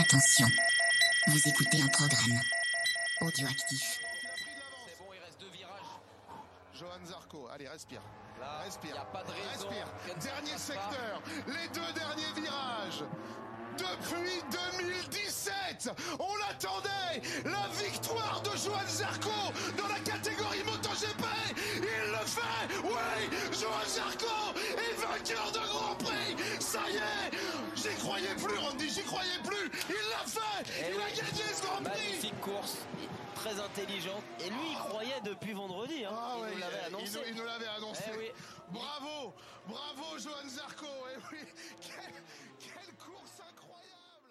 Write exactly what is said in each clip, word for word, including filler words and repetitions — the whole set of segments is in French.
Attention, vous écoutez un programme audioactif. C'est bon, il reste deux virages. Johan Zarco, allez, respire. Là, respire. Il n'y a pas de raison. Respire. qu'elle ne Dernier se fasse secteur, les deux derniers virages. Depuis deux mille dix-sept, on l'attendait. La victoire de Johan Zarco dans la catégorie MotoGP. Il le fait. Oui, Johan Zarco est vainqueur de Grand Prix. Ça y est, j'y croyais plus, Randy, j'y croyais plus. Il l'a fait. Eh il oui. a gagné ce Grand Prix. Magnifique course, très intelligente. Et lui, il croyait depuis vendredi. Hein. Ah il ouais, nous l'avait il- annoncé. Il, nous- il nous l'avait annoncé. Eh oui. Bravo, bravo Johan Zarco. Eh oui, quelle, quelle course incroyable.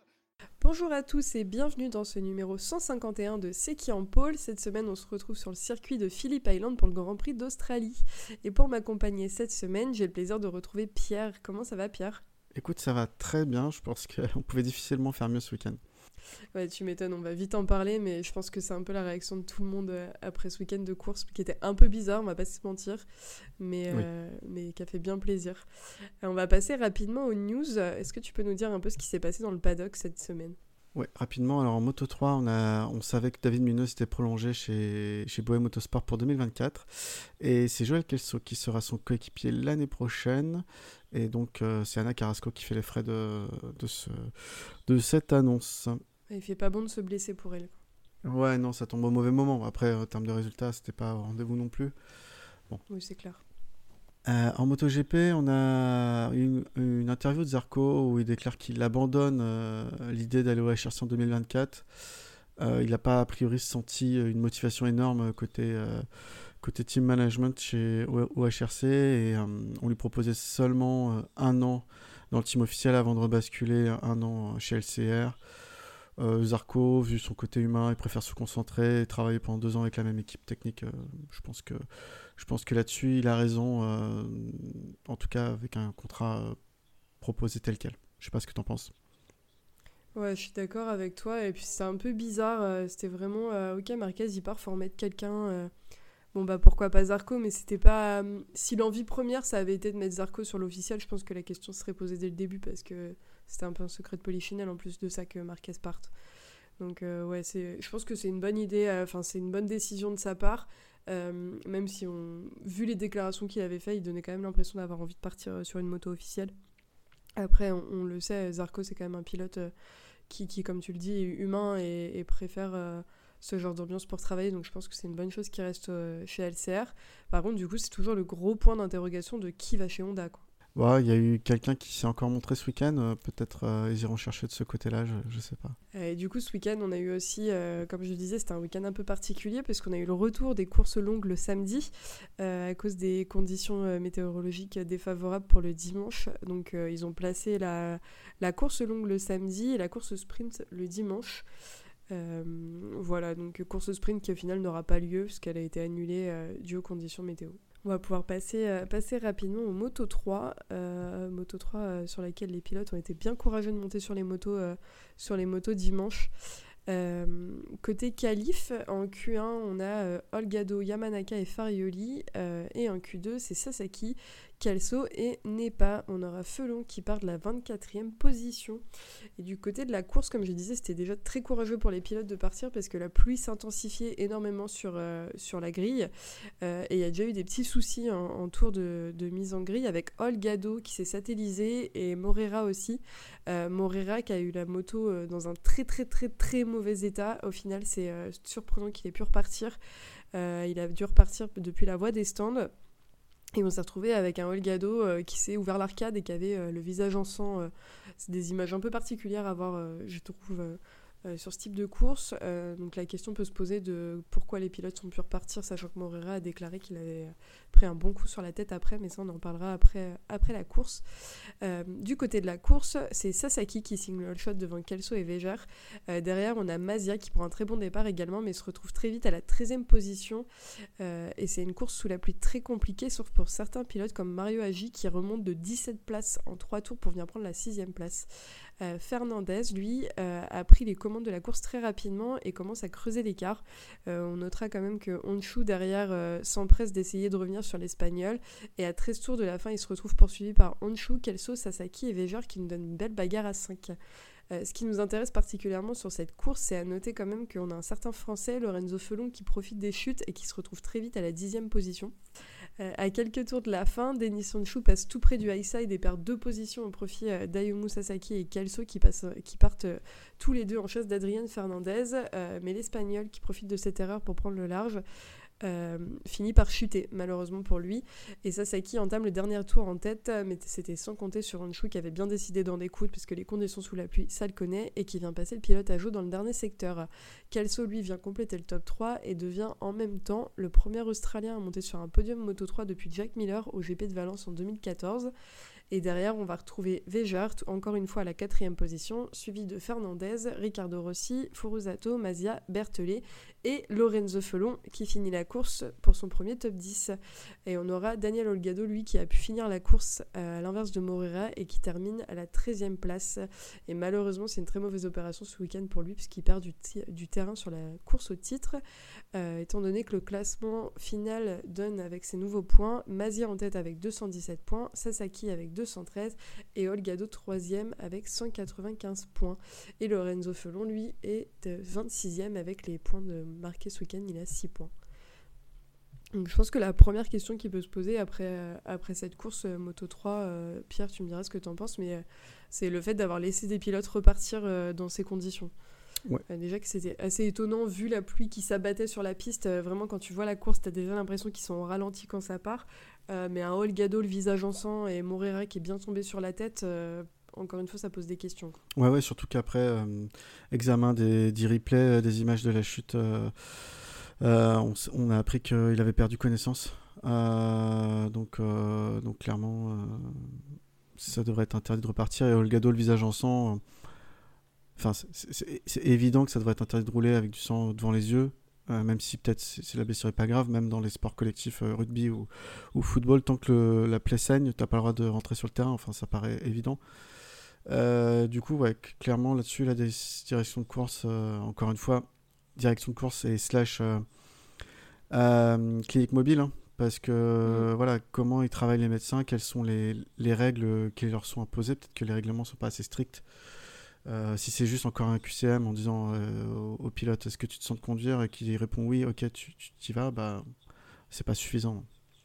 Bonjour à tous et bienvenue dans ce numéro cent cinquante et un de C'est qui en pôle. Cette semaine, on se retrouve sur le circuit de Phillip Island pour le Grand Prix d'Australie. Et pour m'accompagner cette semaine, j'ai le plaisir de retrouver Pierre. Comment ça va, Pierre ? Écoute, ça va très bien. Je pense qu'on pouvait difficilement faire mieux ce week-end. Ouais, tu m'étonnes, on va vite en parler, mais je pense que c'est un peu la réaction de tout le monde euh, après ce week-end de course qui était un peu bizarre, on va pas se mentir, mais, euh, oui. mais qui a fait bien plaisir. Alors, on va passer rapidement aux news. Est-ce que tu peux nous dire un peu ce qui s'est passé dans le paddock cette semaine ? Oui, rapidement. Alors en Moto trois, on, a, on savait que David Munoz était prolongé chez, chez Bohème Motorsport pour deux mille vingt-quatre. Et c'est Joël Kelso qui sera son coéquipier l'année prochaine. Et donc euh, c'est Anna Carrasco qui fait les frais de, de, ce, de cette annonce. Il fait pas bon de se blesser pour elle. Ouais, non, ça tombe au mauvais moment. Après, en termes de résultats, c'était pas au rendez-vous non plus. Bon. Oui, c'est clair. Euh, en MotoGP, on a une, une interview de Zarco où il déclare qu'il abandonne euh, l'idée d'aller au H R C en deux mille vingt-quatre. Euh, il n'a pas a priori senti une motivation énorme côté, euh, côté team management chez, au, au H R C et euh, on lui proposait seulement euh, un an dans le team officiel avant de rebasculer un an chez L C R. Euh, Zarco, vu son côté humain, il préfère se concentrer et travailler pendant deux ans avec la même équipe technique. Euh, je pense que, je pense que là-dessus, il a raison, euh, en tout cas avec un contrat euh, proposé tel quel. Je sais pas ce que tu en penses. Ouais, je suis d'accord avec toi. Et puis c'est un peu bizarre. Euh, c'était vraiment, euh, ok, Marquez, il part, faut remettre quelqu'un. Euh, bon, bah pourquoi pas Zarco, mais c'était pas. Euh, si l'envie première, ça avait été de mettre Zarco sur l'officiel, je pense que la question serait posée dès le début parce que c'était un peu un secret de polichinelle en plus de ça que Marquez parte. Donc euh, ouais, c'est, je pense que c'est une bonne idée, enfin euh, c'est une bonne décision de sa part, euh, même si on, vu les déclarations qu'il avait fait, il donnait quand même l'impression d'avoir envie de partir sur une moto officielle. Après, on, on le sait, Zarco c'est quand même un pilote euh, qui, qui, comme tu le dis, est humain et, et préfère euh, ce genre d'ambiance pour travailler, donc je pense que c'est une bonne chose qu'il reste euh, chez L C R. Par contre, du coup, c'est toujours le gros point d'interrogation de qui va chez Honda, quoi. Ouais, il y a eu quelqu'un qui s'est encore montré ce week-end. Euh, peut-être euh, ils iront chercher de ce côté-là, je, je sais pas. Et du coup, ce week-end, on a eu aussi, euh, comme je le disais, c'était un week-end un peu particulier parce qu'on a eu le retour des courses longues le samedi euh, à cause des conditions euh, météorologiques défavorables pour le dimanche. Donc, euh, ils ont placé la, la course longue le samedi et la course sprint le dimanche. Euh, voilà, donc course sprint qui au final n'aura pas lieu parce qu'elle a été annulée euh, due aux conditions météo. On va pouvoir passer, euh, passer rapidement au Moto trois, euh, Moto trois euh, sur laquelle les pilotes ont été bien courageux de monter sur les motos, euh, sur les motos dimanche. Euh, côté qualif, en Q un, on a euh, Olgado, Yamanaka et Farioli, euh, et en Q deux, c'est Sasaki, Kelso et Nepa. On aura Felon qui part de la vingt-quatrième position. Et du côté de la course, comme je disais, c'était déjà très courageux pour les pilotes de partir parce que la pluie s'intensifiait énormément sur, euh, sur la grille. Euh, et il y a déjà eu des petits soucis en, en tour de, de mise en grille avec Olgado qui s'est satellisé et Morera aussi. Euh, Morera qui a eu la moto euh, dans un très très très très mauvais état. Au final, c'est euh, surprenant qu'il ait pu repartir. Euh, il a dû repartir depuis la voie des stands. Et on s'est retrouvé avec un Olgado euh, qui s'est ouvert l'arcade et qui avait euh, le visage en sang. Euh, c'est des images un peu particulières à voir, euh, je trouve, euh, euh, sur ce type de course. Euh, donc la question peut se poser de pourquoi les pilotes ont pu repartir, sachant que Morera a déclaré qu'il avait pris un bon coup sur la tête après, mais ça on en parlera après, après la course. Euh, du côté de la course, c'est Sasaki qui signe le all shot devant Kelso et Veger. Euh, derrière, on a Mazia qui prend un très bon départ également, mais se retrouve très vite à la treizième position. Euh, et c'est une course sous la pluie très compliquée, sauf pour certains pilotes comme Mario Hagi qui remonte de dix-sept places en trois tours pour venir prendre la sixième place. Euh, Fernandez, lui, euh, a pris les commandes de la course très rapidement et commence à creuser l'écart. Euh, on notera quand même que Honshu, derrière, euh, s'empresse d'essayer de revenir sur l'Espagnol. Et à treize tours de la fin, il se retrouve poursuivi par Honshu, Kelso, Sasaki et Veger qui nous donnent une belle bagarre à cinq. Euh, ce qui nous intéresse particulièrement sur cette course, c'est à noter quand même qu'on a un certain Français, Lorenzo Felon, qui profite des chutes et qui se retrouve très vite à la dixième position. Euh, à quelques tours de la fin, Denis Sonchou passe tout près du high side et perd deux positions au profit euh, d'Ayumu Sasaki et Kelso qui, passent, qui partent euh, tous les deux en chasse d'Adrian Fernandez. Euh, mais l'Espagnol, qui profite de cette erreur pour prendre le large, euh, finit par chuter, malheureusement pour lui. Et Sasaki entame le dernier tour en tête, mais c'était sans compter sur Honshu qui avait bien décidé d'en découdre parce que les conditions sous la pluie, ça le connaît, et qui vient passer le pilotage haut dans le dernier secteur. Kelso, lui, vient compléter le top trois et devient en même temps le premier Australien à monter sur un podium Moto trois depuis Jack Miller au G P de Valence en deux mille quatorze. Et derrière, on va retrouver Vejart, encore une fois à la quatrième position, suivi de Fernandez, Riccardo Rossi, Furusato, Mazia, Berthollet et Lorenzo Felon qui finit la course pour son premier top dix. Et on aura Daniel Olgado, lui, qui a pu finir la course à l'inverse de Moreira et qui termine à la treizième place. Et malheureusement, c'est une très mauvaise opération ce week-end pour lui puisqu'il perd du, t- du terrain sur la course au titre, euh, étant donné que le classement final donne avec ses nouveaux points Mazia en tête avec deux cent dix-sept points, Sasaki avec deux cent treize et Olgado troisième avec cent quatre-vingt-quinze points. Et Lorenzo Felon, lui, est vingt-sixième avec les points de marqués ce week-end, il a six points. Donc je pense que la première question qui peut se poser après, euh, après cette course euh, Moto trois, euh, Pierre, tu me diras ce que tu en penses, mais euh, c'est le fait d'avoir laissé des pilotes repartir euh, dans ces conditions. Ouais. Euh, déjà que c'était assez étonnant vu la pluie qui s'abattait sur la piste. Euh, vraiment, quand tu vois la course, t'as déjà l'impression qu'ils sont au ralenti quand ça part. Euh, mais un Olgado, le visage en sang, et Moreira qui est bien tombé sur la tête, euh, encore une fois, ça pose des questions. Ouais, ouais, surtout qu'après, euh, examen des, des replays, euh, des images de la chute, euh, euh, on, s- on a appris qu'il avait perdu connaissance. Euh, donc, euh, donc clairement, euh, ça devrait être interdit de repartir. Et Olgado, le visage en sang, euh, enfin, c'est, c'est- c'est évident que ça devrait être interdit de rouler avec du sang devant les yeux. Euh, même si peut-être c'est, c'est la blessure est pas grave, même dans les sports collectifs, euh, rugby ou, ou football, tant que le- la plaie saigne, t'as pas le droit de rentrer sur le terrain. Enfin, ça paraît évident. Euh, du coup, ouais, c- clairement là-dessus, la dé- direction de course, euh, encore une fois, direction de course et slash euh, euh, clinique mobile, hein, parce que euh, voilà, comment ils travaillent les médecins, quelles sont les, les règles qui leur sont imposées, peut-être que les règlements sont pas assez stricts. Euh, si c'est juste encore un Q C M en disant euh, au, au pilote est-ce que tu te sens de conduire et qu'il répond oui, ok, tu, tu y vas, bah c'est pas suffisant.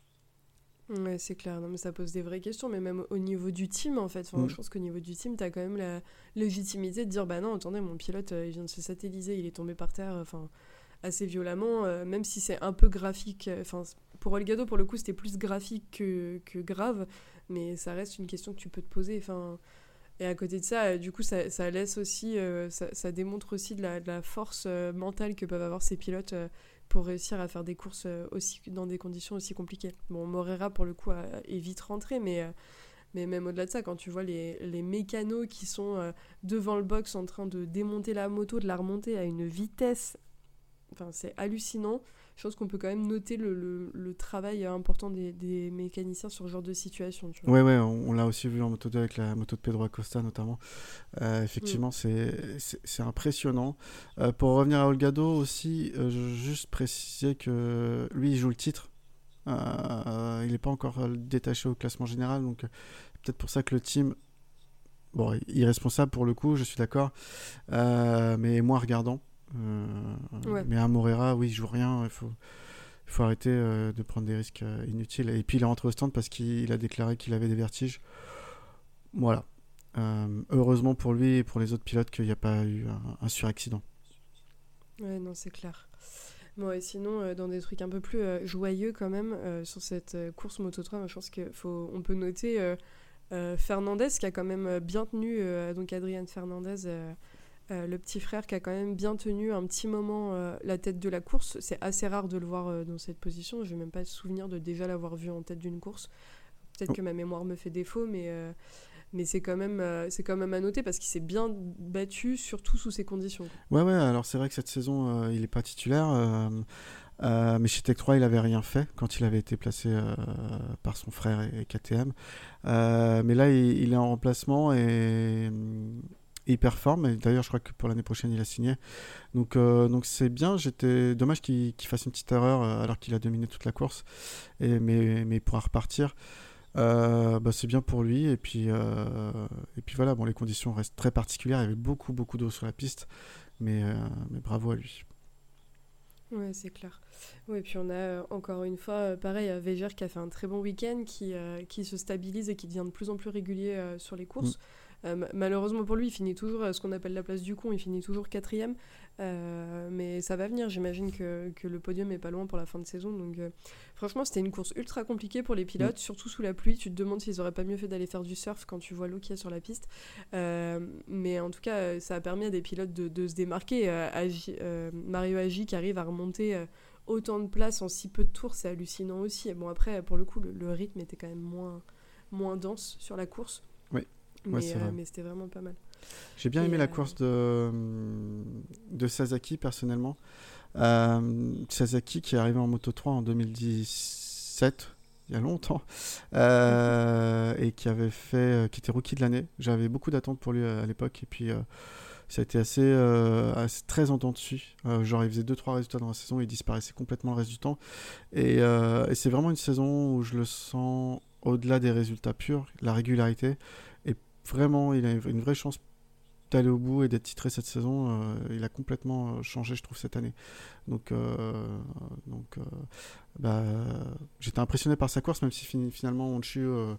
Ouais, c'est clair. Non, mais ça pose des vraies questions, mais même au niveau du team, en fait. Enfin, Mm. Je pense qu'au niveau du team, t'as quand même la légitimité de dire bah non, attendez, mon pilote, euh, il vient de se satelliser, il est tombé par terre, enfin, assez violemment, euh, même si c'est un peu graphique. Enfin, pour Olgado, pour le coup, c'était plus graphique que, que grave, mais ça reste une question que tu peux te poser. Enfin, et à côté de ça, euh, du coup, ça, ça laisse aussi, euh, ça, ça démontre aussi de la, de la force euh, mentale que peuvent avoir ces pilotes euh, pour réussir à faire des courses euh, aussi, dans des conditions aussi compliquées. Bon, Moreira, pour le coup, a- est vite rentré, mais, euh, mais même au-delà de ça, quand tu vois les, les mécanos qui sont euh, devant le box en train de démonter la moto, de la remonter à une vitesse, enfin, c'est hallucinant. Je pense qu'on peut quand même noter le, le, le travail important des, des mécaniciens sur ce genre de situation. Tu vois. Ouais, ouais, on, on l'a aussi vu en moto deux avec la moto de Pedro Acosta notamment. Euh, effectivement, c'est, c'est, c'est impressionnant. Euh, pour revenir à Olgado aussi, euh, je veux juste préciser que lui, il joue le titre. Euh, il n'est pas encore euh, détaché au classement général, donc euh, peut-être pour ça que le team, bon, irresponsable pour le coup, je suis d'accord, euh, mais moins regardant. Euh, Ouais. Mais à Moreira, oui, il joue rien. Il faut, il faut arrêter euh, de prendre des risques euh, inutiles. Et puis il est rentré au stand parce qu'il a déclaré qu'il avait des vertiges. Voilà. Euh, heureusement pour lui et pour les autres pilotes qu'il n'y a pas eu un, un suraccident. Ouais, non, c'est clair. Bon, et sinon, euh, dans des trucs un peu plus euh, joyeux quand même, euh, sur cette euh, course Moto trois, moi, je pense qu'on peut noter euh, euh, Fernandez qui a quand même euh, bien tenu, euh, donc Adrian Fernandez, euh, euh, le petit frère qui a quand même bien tenu un petit moment euh, la tête de la course. C'est assez rare de le voir euh, dans cette position. Je n'ai même pas souvenir de déjà l'avoir vu en tête d'une course. Peut-être Oh. que ma mémoire me fait défaut, mais, euh, mais c'est quand même, euh, c'est quand même à noter parce qu'il s'est bien battu, surtout sous ces conditions. Ouais, ouais, alors c'est vrai que cette saison, euh, il n'est pas titulaire. euh, euh, mais chez Tech trois, il n'avait rien fait quand il avait été placé euh, par son frère et, et K T M. Euh, mais là, il, il est en remplacement et hum, il performe. Et d'ailleurs, je crois que pour l'année prochaine, il a signé. Donc, euh, donc c'est bien. J'étais dommage qu'il, qu'il fasse une petite erreur euh, alors qu'il a dominé toute la course. Et, mais, mais il pourra repartir. Euh, bah, c'est bien pour lui. Et puis, euh, et puis voilà, bon, les conditions restent très particulières. Il y avait beaucoup, beaucoup d'eau sur la piste. Mais, euh, mais bravo à lui. Ouais, c'est clair. Ouais, puis on a euh, encore une fois, euh, pareil, euh, Veger qui a fait un très bon week-end, qui, euh, qui se stabilise et qui devient de plus en plus régulier euh, sur les courses. Mm. Euh, malheureusement pour lui, il finit toujours à ce qu'on appelle la place du con, il finit toujours quatrième. Euh, mais ça va venir, j'imagine que, que le podium est pas loin pour la fin de saison. Donc euh, franchement, c'était une course ultra compliquée pour les pilotes, mm. surtout sous la pluie. Tu te demandes s'ils auraient pas mieux fait d'aller faire du surf quand tu vois l'eau qu'il y a sur la piste. Euh, mais en tout cas, ça a permis à des pilotes de, de se démarquer. Euh, Agi, euh, Mario Agi qui arrive à remonter euh, autant de places en si peu de tours, c'est hallucinant aussi. Et bon, après, pour le coup, le, le rythme était quand même moins, moins dense sur la course. Oui. Mais, ouais, c'est euh, vrai. mais c'était vraiment pas mal. J'ai bien Et aimé la euh... course de, de Sasaki, personnellement. Euh, Sasaki qui est arrivé en Moto trois en deux mille dix-sept, il y a longtemps, euh, et qui avait fait, qui était rookie de l'année. J'avais beaucoup d'attentes pour lui à, à l'époque, et puis euh, ça a été assez, euh, assez très en dents dessus. Euh, genre, il faisait deux trois résultats dans la saison, et il disparaissait complètement le reste du temps. Et, euh, et c'est vraiment une saison où je le sens au-delà des résultats purs, la régularité. Et vraiment, il a une vraie chance d'aller au bout et d'être titré cette saison. Euh, il a complètement changé, je trouve, cette année. Donc, euh, donc euh, bah, j'étais impressionné par sa course, même si fin, finalement Honshu euh,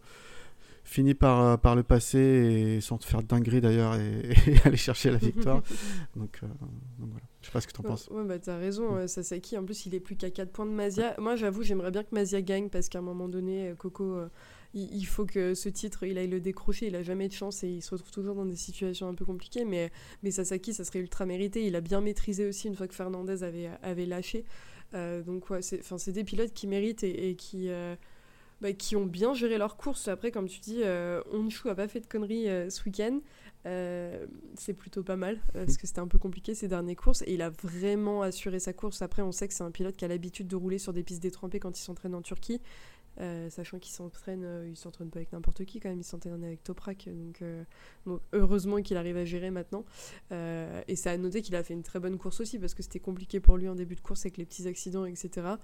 finit par, par le passer et sans te faire dinguerie d'ailleurs et, et aller chercher la victoire. donc, euh, donc voilà. Je sais pas ce que t'en ouais, penses. Ouais, bah t'as raison, ouais. Sasaki, en plus, il est plus qu'à quatre points de Mazia. Moi, j'avoue, j'aimerais bien que Mazia gagne parce qu'à un moment donné, Coco... Euh, il faut que ce titre, il aille le décrocher. Il a jamais de chance et il se retrouve toujours dans des situations un peu compliquées. Mais, mais Sasaki, ça serait ultra mérité. Il a bien maîtrisé aussi une fois que Fernandez avait, avait lâché. Euh, donc, ouais, c'est, c'est des pilotes qui méritent et, et qui, euh, bah, qui ont bien géré leur course. Après, comme tu dis, euh, Honshu a pas fait de conneries euh, ce week-end. Euh, c'est plutôt pas mal euh, parce que c'était un peu compliqué ces dernières courses. Et il a vraiment assuré sa course. Après, on sait que c'est un pilote qui a l'habitude de rouler sur des pistes détrempées quand il s'entraîne en Turquie. Euh, sachant qu'il s'entraîne, euh, il s'entraîne pas avec n'importe qui quand même, il s'entraîne avec Toprak, donc, euh, donc heureusement qu'il arrive à gérer maintenant. Euh, et ça a noté qu'il a fait une très bonne course aussi parce que c'était compliqué pour lui en début de course avec les petits accidents, et cetera.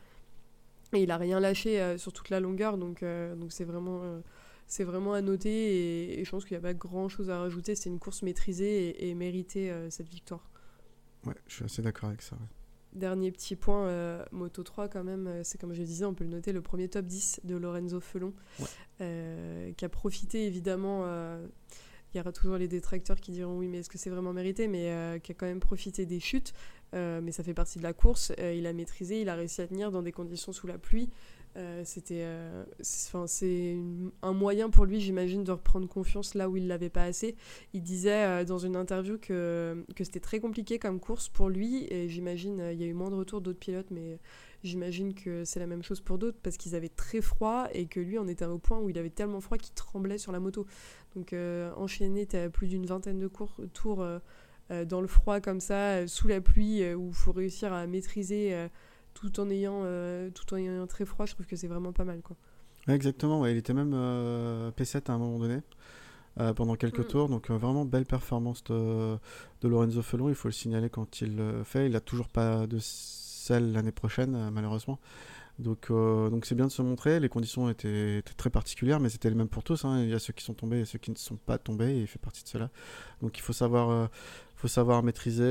Et il a rien lâché euh, sur toute la longueur, donc euh, donc c'est vraiment euh, c'est vraiment à noter et, et je pense qu'il n'y a pas grand chose à rajouter. C'est une course maîtrisée et, et méritée euh, cette victoire. Ouais, je suis assez d'accord avec ça. Ouais. Dernier petit point, euh, Moto trois quand même, euh, c'est comme je le disais, on peut le noter, le premier top dix de Lorenzo Felon, ouais. euh, qui a profité évidemment, euh, il y aura toujours les détracteurs qui diront oui mais est-ce que c'est vraiment mérité, mais euh, qui a quand même profité des chutes, euh, mais ça fait partie de la course, euh, il a maîtrisé, il a réussi à tenir dans des conditions sous la pluie. Euh, c'était, euh, c'est, c'est une, un moyen pour lui, j'imagine, de reprendre confiance là où il l'avait pas assez. Il disait euh, dans une interview que, que c'était très compliqué comme course pour lui, et j'imagine, euh, il y a eu moins de retours d'autres pilotes, mais j'imagine que c'est la même chose pour d'autres, parce qu'ils avaient très froid, et que lui en était au point où il avait tellement froid qu'il tremblait sur la moto. Donc euh, enchaîner, t'as plus d'une vingtaine de cours, tours euh, euh, dans le froid comme ça, euh, sous la pluie, euh, où il faut réussir à maîtriser... Euh, tout en ayant euh, tout en ayant très froid, je trouve que c'est vraiment pas mal, quoi. Ouais, exactement, ouais, il était même euh, P sept à un moment donné euh, pendant quelques mmh. tours, donc euh, vraiment belle performance de, de Lorenzo Felon, il faut le signaler quand il le fait. Il a toujours pas de selle l'année prochaine euh, malheureusement, donc euh, donc c'est bien de se montrer. Les conditions étaient, étaient très particulières, mais c'était les mêmes pour tous, hein. Il y a ceux qui sont tombés et ceux qui ne sont pas tombés, et il fait partie de cela, donc il faut savoir euh, faut savoir maîtriser,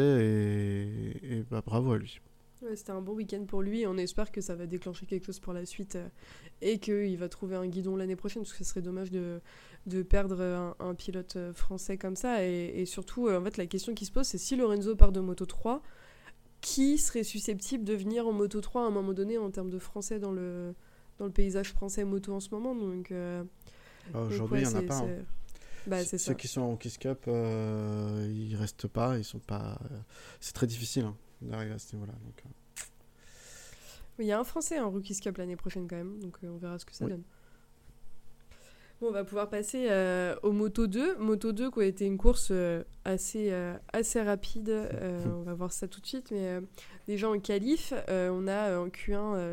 et, et bah, bravo à lui. Ouais, c'était un bon week-end pour lui, on espère que ça va déclencher quelque chose pour la suite euh, et qu'il va trouver un guidon l'année prochaine, parce que ce serait dommage de, de perdre un, un pilote français comme ça. Et, et surtout, euh, en fait, la question qui se pose, c'est si Lorenzo part de Moto trois, qui serait susceptible de venir en Moto trois à un moment donné en termes de français dans le, dans le paysage français moto en ce moment. Donc, euh, bah, aujourd'hui, il donc, ouais, n'y en a pas. Hein. Bah, c'est Ceux ça. qui sont en Kiss Cup, euh, ils restent pas, ils sont pas. Euh, c'est très difficile hein, d'arriver à ce niveau-là. Donc, euh... Il y a un Français en Rookies Cup l'année prochaine quand même, donc euh, on verra ce que ça oui. donne. Bon, on va pouvoir passer euh, au Moto deux. Moto deux qui a été une course euh, assez, euh, assez rapide, euh, on va voir ça tout de suite, mais euh, déjà en qualif, euh, on a en Q un euh,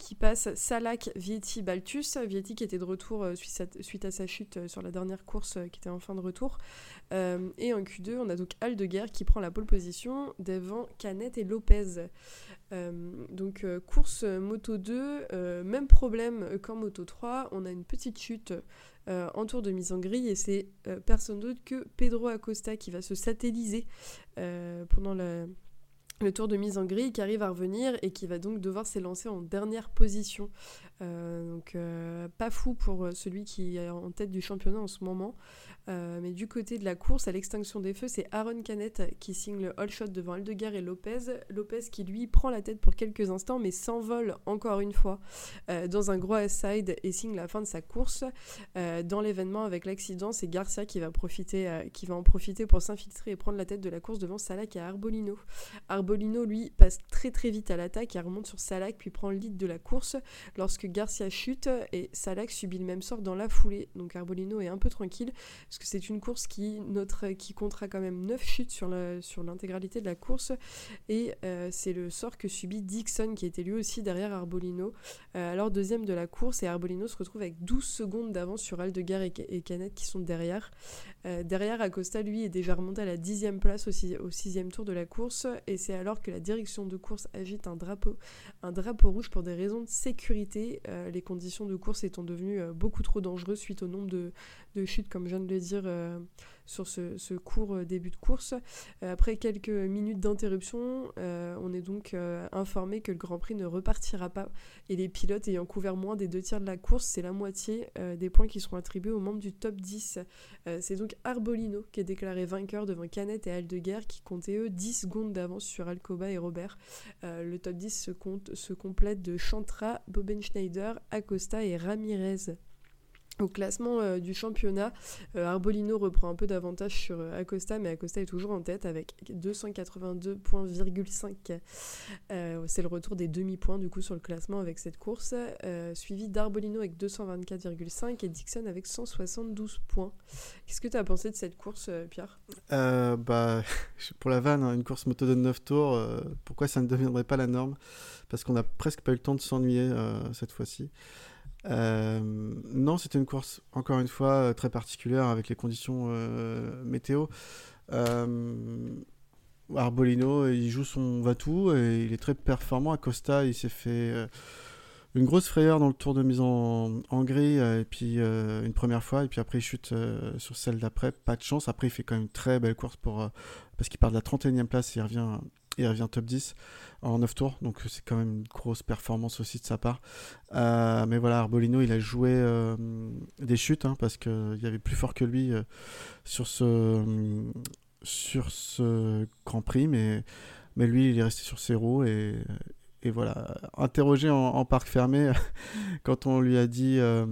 qui passe Salak, Vietti, Balthus. Vietti qui était de retour euh, suite, à, suite à sa chute euh, sur la dernière course euh, qui était en fin de retour. Euh, et en Q deux, on a donc Aldeguer qui prend la pole position devant Canet et Lopez. Euh, donc euh, course euh, Moto deux, euh, même problème qu'en Moto trois, on a une petite chute euh, en tour de mise en grille et c'est euh, personne d'autre que Pedro Acosta qui va se satelliser euh, pendant la... le tour de mise en grille, qui arrive à revenir et qui va donc devoir s'élancer en dernière position. Euh, donc euh, pas fou pour celui qui est en tête du championnat en ce moment. Euh, mais du côté de la course, à l'extinction des feux, c'est Aaron Canet qui signe le all shot devant Aldeguer et Lopez. Lopez qui lui prend la tête pour quelques instants mais s'envole encore une fois euh, dans un gros S-side et signe la fin de sa course. Euh, dans l'événement avec l'accident, c'est Garcia qui va, profiter, euh, qui va en profiter pour s'infiltrer et prendre la tête de la course devant Salak et Arbolino. Arbolino lui passe très très vite à l'attaque et remonte sur Salak puis prend le lead de la course lorsque Garcia chute et Salak subit le même sort dans la foulée. Donc Arbolino est un peu tranquille parce que c'est une course qui, notre, qui comptera quand même neuf chutes sur, la, sur l'intégralité de la course et euh, c'est le sort que subit Dixon qui était lui aussi derrière Arbolino. Euh, alors deuxième de la course et Arbolino se retrouve avec douze secondes d'avance sur Aldeguer et, et Canet qui sont derrière. Euh, derrière Acosta lui est déjà remonté à la dixième place au, six, au sixième tour de la course et c'est alors que la direction de course agite un drapeau, un drapeau rouge pour des raisons de sécurité, euh, les conditions de course étant devenues euh, beaucoup trop dangereuses suite au nombre de, de chutes comme je viens de le dire euh, sur ce, ce court euh, début de course. Euh, après quelques minutes d'interruption, euh, on est donc euh, informé que le Grand Prix ne repartira pas et les pilotes ayant couvert moins des deux tiers de la course, c'est la moitié euh, des points qui seront attribués aux membres du top dix. Euh, c'est donc Arbolino qui est déclaré vainqueur devant Canet et Aldeguer qui comptaient eux dix secondes d'avance sur Alcoba et Robert. Euh, le top dix se, compte, se complète de Chantra, Bobenschneider, Acosta et Ramirez. Au classement euh, du championnat, euh, Arbolino reprend un peu d'avantage sur euh, Acosta, mais Acosta est toujours en tête avec deux cent quatre-vingt-deux virgule cinq points. Euh, c'est le retour des demi-points du coup sur le classement avec cette course, euh, suivi d'Arbolino avec deux cent vingt-quatre virgule cinq et Dixon avec cent soixante-douze points. Qu'est-ce que tu as pensé de cette course, euh, Pierre ? euh, bah, Pour la vanne, hein, une course moto de neuf tours, euh, pourquoi ça ne deviendrait pas la norme ? Parce qu'on n'a presque pas eu le temps de s'ennuyer euh, cette fois-ci. Euh, non, c'était une course, encore une fois, très particulière avec les conditions euh, météo. Euh, Arbolino, il joue son va-tout et il est très performant. Acosta, il s'est fait euh, une grosse frayeur dans le tour de mise en, en grille, et puis euh, une première fois, et puis après il chute euh, sur celle d'après. Pas de chance. Après, il fait quand même une très belle course pour, euh, parce qu'il part de la trente et unième place et il revient. Il revient top dix en neuf tours, donc c'est quand même une grosse performance aussi de sa part. Euh, mais voilà, Arbolino, il a joué euh, des chutes, hein, parce qu'il y avait plus fort que lui euh, sur, ce, euh, sur ce Grand Prix, mais, mais lui, il est resté sur ses roues. Et, et voilà, interrogé en, en parc fermé, quand on lui a dit, euh,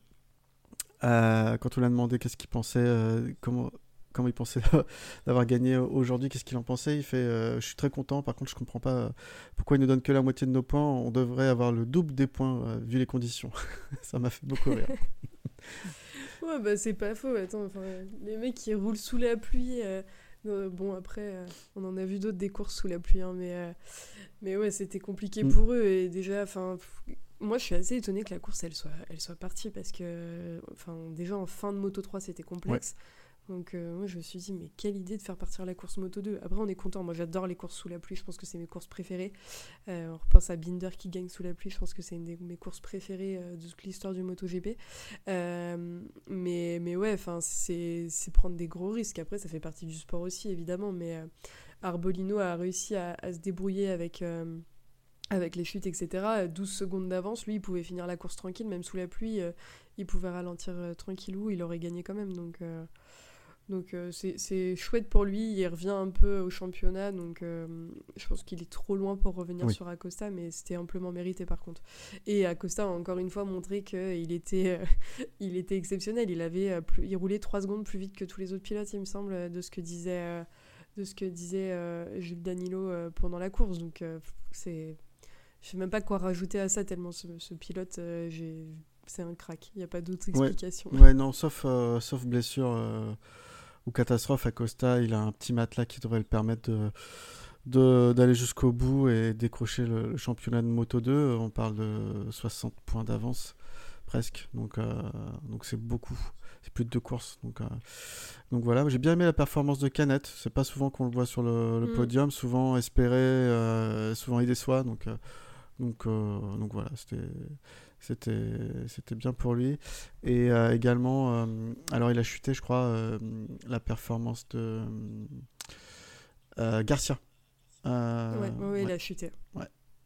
euh, quand on lui a demandé qu'est-ce qu'il pensait, euh, comment... Comment il pensait d'avoir gagné aujourd'hui, qu'est-ce qu'il en pensait ? Il fait euh, je suis très content, par contre je comprends pas euh, pourquoi il ne donne que la moitié de nos points, on devrait avoir le double des points euh, vu les conditions. Ça m'a fait beaucoup rire. Ouais, bah c'est pas faux, attends, enfin, les mecs qui roulent sous la pluie, euh, euh, bon après euh, on en a vu d'autres des courses sous la pluie, hein, mais, euh, mais ouais c'était compliqué mm. pour eux et déjà, enfin... Moi, je suis assez étonnée que la course, elle soit, elle soit partie parce que, enfin, déjà en fin de Moto trois, c'était complexe. Ouais. Donc, euh, moi, je me suis dit, mais quelle idée de faire partir la course Moto deux. Après, on est content. Moi, j'adore les courses sous la pluie. Je pense que c'est mes courses préférées. Euh, on repense à Binder qui gagne sous la pluie. Je pense que c'est une de mes courses préférées euh, de toute l'histoire du MotoGP. Euh, mais, mais ouais, enfin, c'est, c'est prendre des gros risques. Après, ça fait partie du sport aussi, évidemment. Mais euh, Arbolino a réussi à, à se débrouiller avec... Euh, avec les chutes, et cetera. douze secondes d'avance, lui, il pouvait finir la course tranquille, même sous la pluie, euh, il pouvait ralentir euh, tranquillou, il aurait gagné quand même. Donc, euh, donc euh, c'est, c'est chouette pour lui, il revient un peu au championnat, donc euh, je pense qu'il est trop loin pour revenir oui. sur Acosta, mais c'était amplement mérité par contre. Et Acosta a encore une fois montré qu'il était, euh, il était exceptionnel, il, avait, euh, plus, il roulait trois secondes plus vite que tous les autres pilotes, il me semble, de ce que disait, euh, de ce que disait euh, Jules Danilo euh, pendant la course, donc euh, c'est... Je ne sais même pas quoi rajouter à ça, tellement ce, ce pilote, euh, j'ai... c'est un crack. Il n'y a pas d'autre explication. Ouais, ouais non, sauf, euh, sauf blessure euh, ou catastrophe, Acosta, il a un petit matelas qui devrait le permettre de, de, d'aller jusqu'au bout et décrocher le, le championnat de Moto deux. On parle de soixante points d'avance presque, donc, euh, donc c'est beaucoup, c'est plus de deux courses, donc, euh, donc voilà. J'ai bien aimé la performance de Canet, c'est pas souvent qu'on le voit sur le, le Mm. podium, souvent espéré, euh, souvent il déçoit, donc, euh, donc, euh, donc voilà, c'était, c'était, c'était bien pour lui. Et euh, également, euh, alors il a chuté je crois, euh, la performance de euh, Garcia. Euh, Ouais, ouais, ouais, il ouais. a chuté. Ouais.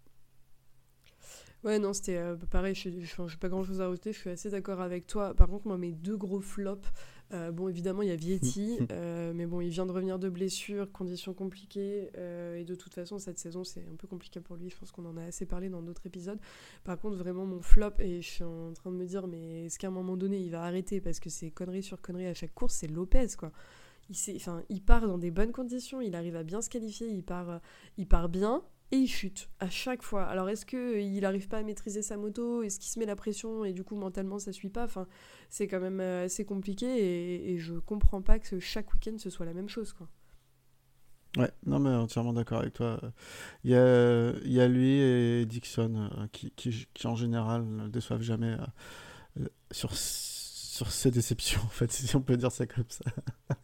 Ouais, non, c'était euh, pareil, je n'ai pas grand chose à rajouter, je suis assez d'accord avec toi. Par contre, moi, mes deux gros flops, euh, bon, évidemment, il y a Vietti, euh, mais bon, il vient de revenir de blessure, conditions compliquées, euh, et de toute façon, cette saison, c'est un peu compliqué pour lui, je pense qu'on en a assez parlé dans d'autres épisodes. Par contre, vraiment, mon flop, et je suis en train de me dire, mais est-ce qu'à un moment donné, il va arrêter, parce que c'est connerie sur connerie à chaque course, c'est Lopez, quoi. Il, sait, il part dans des bonnes conditions, il arrive à bien se qualifier, il part, euh, il part bien, et il chute à chaque fois. Alors est-ce qu'il n'arrive pas à maîtriser sa moto? Est-ce qu'il se met la pression et du coup mentalement ça suit pas? Enfin, c'est quand même assez compliqué et, et je comprends pas que chaque week-end ce soit la même chose, quoi. Ouais, non mais entièrement d'accord avec toi. Il y a, il y a lui et Dixon euh, qui, qui, qui en général ne déçoivent jamais euh, sur, sur ces déceptions, en fait, si on peut dire ça comme ça.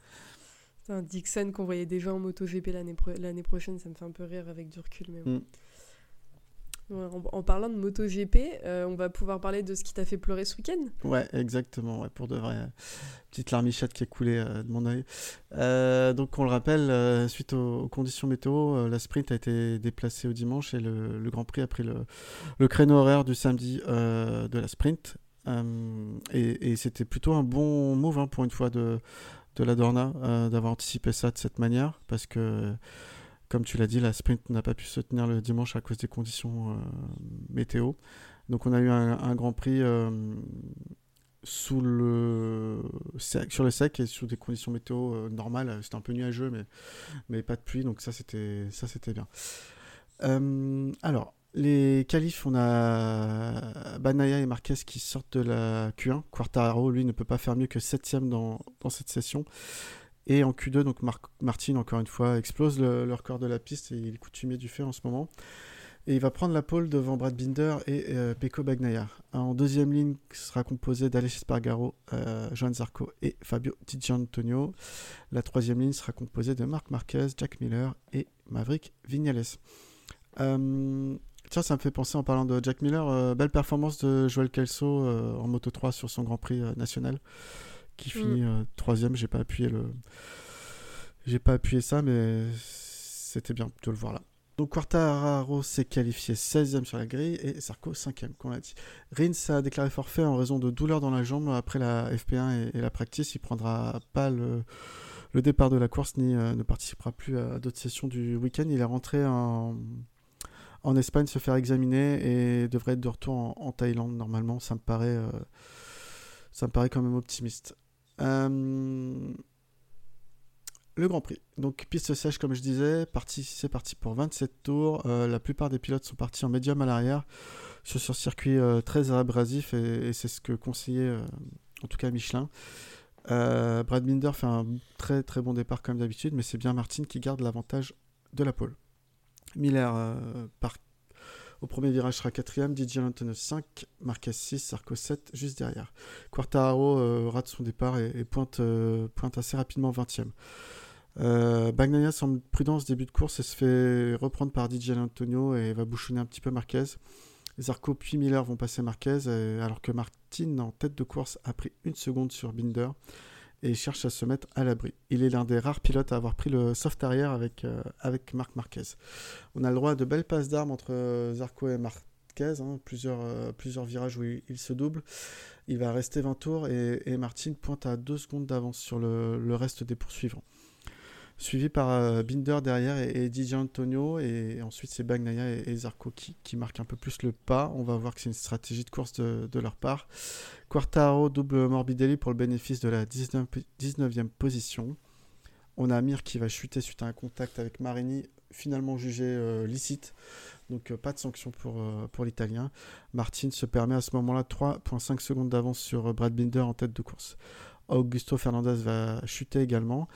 Un Dixon qu'on voyait déjà en MotoGP l'année, pro- l'année prochaine, ça me fait un peu rire avec du recul. Mais bon. Mm. Ouais, en, en parlant de MotoGP, euh, on va pouvoir parler de ce qui t'a fait pleurer ce week-end. Ouais, exactement, ouais, pour de vrai. Petite larmichette qui est coulée euh, de mon œil. Euh, donc on le rappelle, euh, suite aux, aux conditions météo, euh, la sprint a été déplacée au dimanche et le, le Grand Prix a pris le, le créneau horaire du samedi euh, de la sprint. Euh, et, et c'était plutôt un bon move hein, pour une fois de, de la Dorna euh, d'avoir anticipé ça de cette manière, parce que comme tu l'as dit, la sprint n'a pas pu se tenir le dimanche à cause des conditions euh, météo. Donc on a eu un, un Grand Prix euh, sous le sec, sur le sec et sous des conditions météo euh, normales. C'était un peu nuageux, mais, mais pas de pluie, donc ça c'était, ça, c'était bien. Euh, alors, les qualifs, on a Bagnaia et Marquez qui sortent de la Q un. Quartararo, lui, ne peut pas faire mieux que septième dans, dans cette session. Et en Q deux, donc Mar- Martin, encore une fois, explose le, le record de la piste et il est coutumier du fait en ce moment. Et il va prendre la pole devant Brad Binder et euh, Pecco Bagnaia. En deuxième ligne sera composé d'Aleix Espargaro, euh, Johan Zarco et Fabio Di Giannantonio. La troisième ligne sera composée de Marc Marquez, Jack Miller et Maverick Viñales. Euh, tiens, ça me fait penser en parlant de Jack Miller, euh, belle performance de Joel Kelso euh, en Moto trois sur son Grand Prix euh, national, qui finit euh, troisième. J'ai pas appuyé le, j'ai pas appuyé ça, mais c'était bien de le voir là. Donc Quartararo s'est qualifié seizième sur la grille et Zarco cinquième, comme on l'a dit. Rins a déclaré forfait en raison de douleurs dans la jambe après la F P un et, et la practice. Il prendra pas le, le départ de la course ni euh, ne participera plus à d'autres sessions du week-end. Il est rentré en, en Espagne se faire examiner et devrait être de retour en, en Thaïlande normalement. Ça me paraît, euh, ça me paraît quand même optimiste. Euh... Le Grand Prix. Donc piste sèche comme je disais, parti, c'est parti pour vingt-sept tours. Euh, la plupart des pilotes sont partis en médium à l'arrière sur ce circuit euh, très abrasif et, et c'est ce que conseillait euh, en tout cas Michelin. Euh, Brad Binder fait un très très bon départ comme d'habitude, mais c'est bien Martin qui garde l'avantage de la pole. Miller euh, part au premier virage sera quatrième, Di Giannantonio cinq, Marquez six, Zarco sept, juste derrière. Quartararo euh, rate son départ et, et pointe, euh, pointe assez rapidement vingtième. Euh, Bagnaia semble prudent ce début de course et se fait reprendre par Di Giannantonio et va bouchonner un petit peu Marquez. Zarco puis Miller vont passer Marquez et, alors que Martin en tête de course a pris une seconde sur Binder et cherche à se mettre à l'abri. Il est l'un des rares pilotes à avoir pris le soft arrière avec, euh, avec Marc Marquez. On a le droit à de belles passes d'armes entre euh, Zarco et Marquez, hein, plusieurs, euh, plusieurs virages où il, il se double. Il va rester vingt tours et, et Martin pointe à deux secondes d'avance sur le, le reste des poursuivants. Suivi par euh, Binder derrière et, et Di Giannantonio, et, et ensuite c'est Bagnaia et, et Zarco qui, qui marquent un peu plus le pas. On va voir que c'est une stratégie de course de, de leur part. Quartararo double Morbidelli pour le bénéfice de la dix-neuvième position. On a Mir qui va chuter suite à un contact avec Marini, finalement jugé euh, licite, donc euh, pas de sanction pour, euh, pour l'Italien. Martin se permet à ce moment-là trois virgule cinq secondes d'avance sur euh, Brad Binder en tête de course. Augusto Fernandez va chuter également.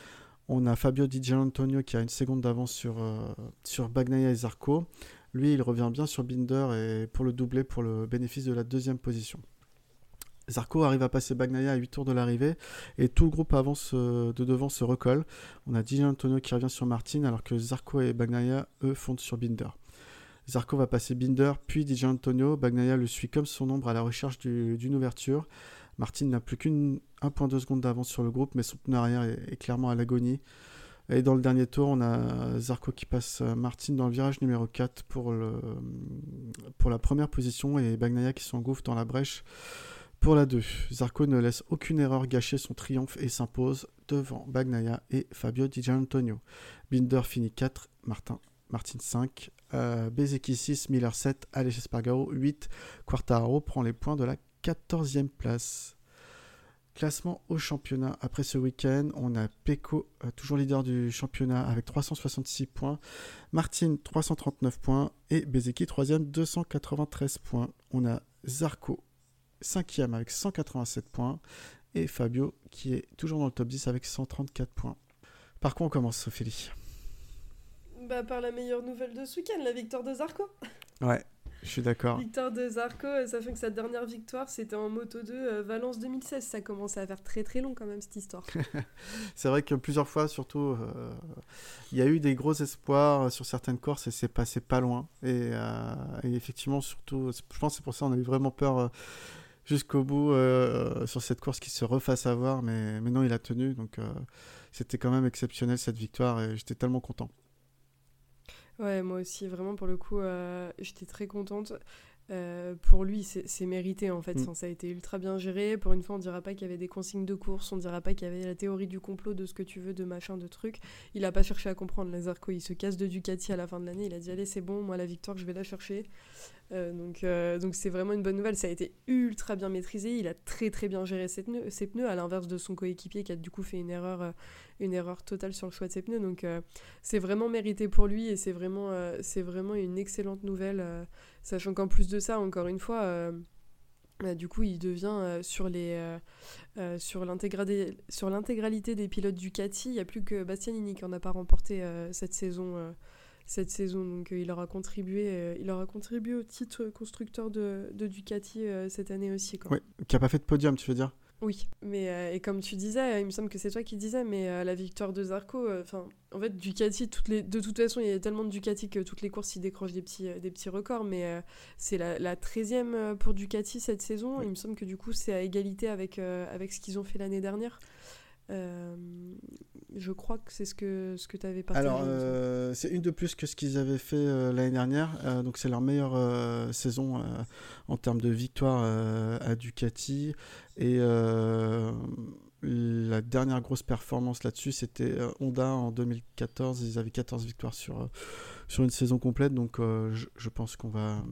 On a Fabio Di Giannantonio qui a une seconde d'avance sur, euh, sur Bagnaia et Zarco. Lui, il revient bien sur Binder et pour le doubler pour le bénéfice de la deuxième position. Zarco arrive à passer Bagnaia à huit tours de l'arrivée et tout le groupe avance euh, de devant se recolle. On a Di Giannantonio qui revient sur Martin alors que Zarco et Bagnaia, eux, fondent sur Binder. Zarco va passer Binder puis Di Giannantonio. Bagnaia le suit comme son ombre à la recherche du, d'une ouverture. Martin n'a plus qu'un virgule deux secondes d'avance sur le groupe mais son pneu arrière est, est clairement à l'agonie. Et dans le dernier tour, on a Zarco qui passe Martin dans le virage numéro quatre pour, le, pour la première position et Bagnaia qui s'engouffre dans la brèche pour la deux. Zarco ne laisse aucune erreur gâcher son triomphe et s'impose devant Bagnaia et Fabio Di Giannantonio. Binder finit quatre, Martin, Martin cinq, euh, Bezzecchi six, Miller sept, Aleix Espargaro huit, Quartararo prend les points de la quatorzième place. Classement au championnat. Après ce week-end, on a Pecco, euh, toujours leader du championnat avec trois cent soixante-six points, Martin trois cent trente-neuf points et Bezzecchi troisième, deux cent quatre-vingt-treize points. On a Zarco cinquième avec cent quatre-vingt-sept points et Fabio qui est toujours dans le top dix avec cent trente-quatre points. Par quoi on commence, Ophélie ? Bah, par la meilleure nouvelle de ce week-end, la victoire de Zarco. Ouais. Je suis d'accord. Victoire de Zarco, sachant que sa dernière victoire, c'était en Moto deux euh, Valence deux mille seize. Ça commençait à faire très très long quand même, cette histoire. C'est vrai que plusieurs fois, surtout, il euh, y a eu des gros espoirs sur certaines courses et c'est passé pas loin. Et, euh, et effectivement, surtout, je pense que c'est pour ça qu'on a eu vraiment peur euh, jusqu'au bout euh, sur cette course qui se refasse avoir. Mais, mais non, il a tenu. Donc euh, c'était quand même exceptionnel cette victoire et j'étais tellement content. Ouais, moi aussi, vraiment, pour le coup, euh, j'étais très contente. Euh, pour lui, c'est, c'est mérité, en fait. Mm. Enfin, ça a été ultra bien géré. Pour une fois, on dira pas qu'il y avait des consignes de course, on dira pas qu'il y avait la théorie du complot, de ce que tu veux, de machin, de trucs. Il a pas cherché à comprendre, les Zarco. Il se casse de Ducati à la fin de l'année. Il a dit, allez, c'est bon, moi, la victoire, je vais la chercher. Euh, donc, euh, donc c'est vraiment une bonne nouvelle. Ça a été ultra bien maîtrisé. Il a très, très bien géré ses pneus, ses pneus à l'inverse de son coéquipier qui a du coup fait une erreur... Euh, une erreur totale sur le choix de ses pneus, donc euh, c'est vraiment mérité pour lui et c'est vraiment, euh, c'est vraiment une excellente nouvelle, euh, sachant qu'en plus de ça, encore une fois, euh, euh, du coup il devient euh, sur, les, euh, euh, sur, l'intégralité, sur l'intégralité des pilotes Ducati, il n'y a plus que Bastianini qui n'en a pas remporté euh, cette saison, euh, cette saison, donc euh, il, aura contribué, euh, il aura contribué au titre constructeur de, de Ducati euh, cette année aussi. Quoi. Oui, qui n'a pas fait de podium, tu veux dire ? Oui, mais euh, et comme tu disais, il me semble que c'est toi qui disais, mais euh, la victoire de Zarco, enfin, euh, en fait, Ducati, toutes les, de toute façon, il y a tellement de Ducati que toutes les courses, ils décrochent des petits, euh, des petits records, mais euh, c'est la, la treizième pour Ducati cette saison. Oui. Il me semble que du coup, c'est à égalité avec, euh, avec ce qu'ils ont fait l'année dernière. Euh, je crois que c'est ce que, ce que tu avais partagé. Alors, euh, c'est une de plus que ce qu'ils avaient fait euh, l'année dernière. Euh, donc, c'est leur meilleure euh, saison euh, en termes de victoire euh, à Ducati. Et euh, la dernière grosse performance là-dessus, c'était euh, Honda en deux mille quatorze. Ils avaient quatorze victoires sur, euh, sur une saison complète. Donc, euh, je, je pense qu'on va...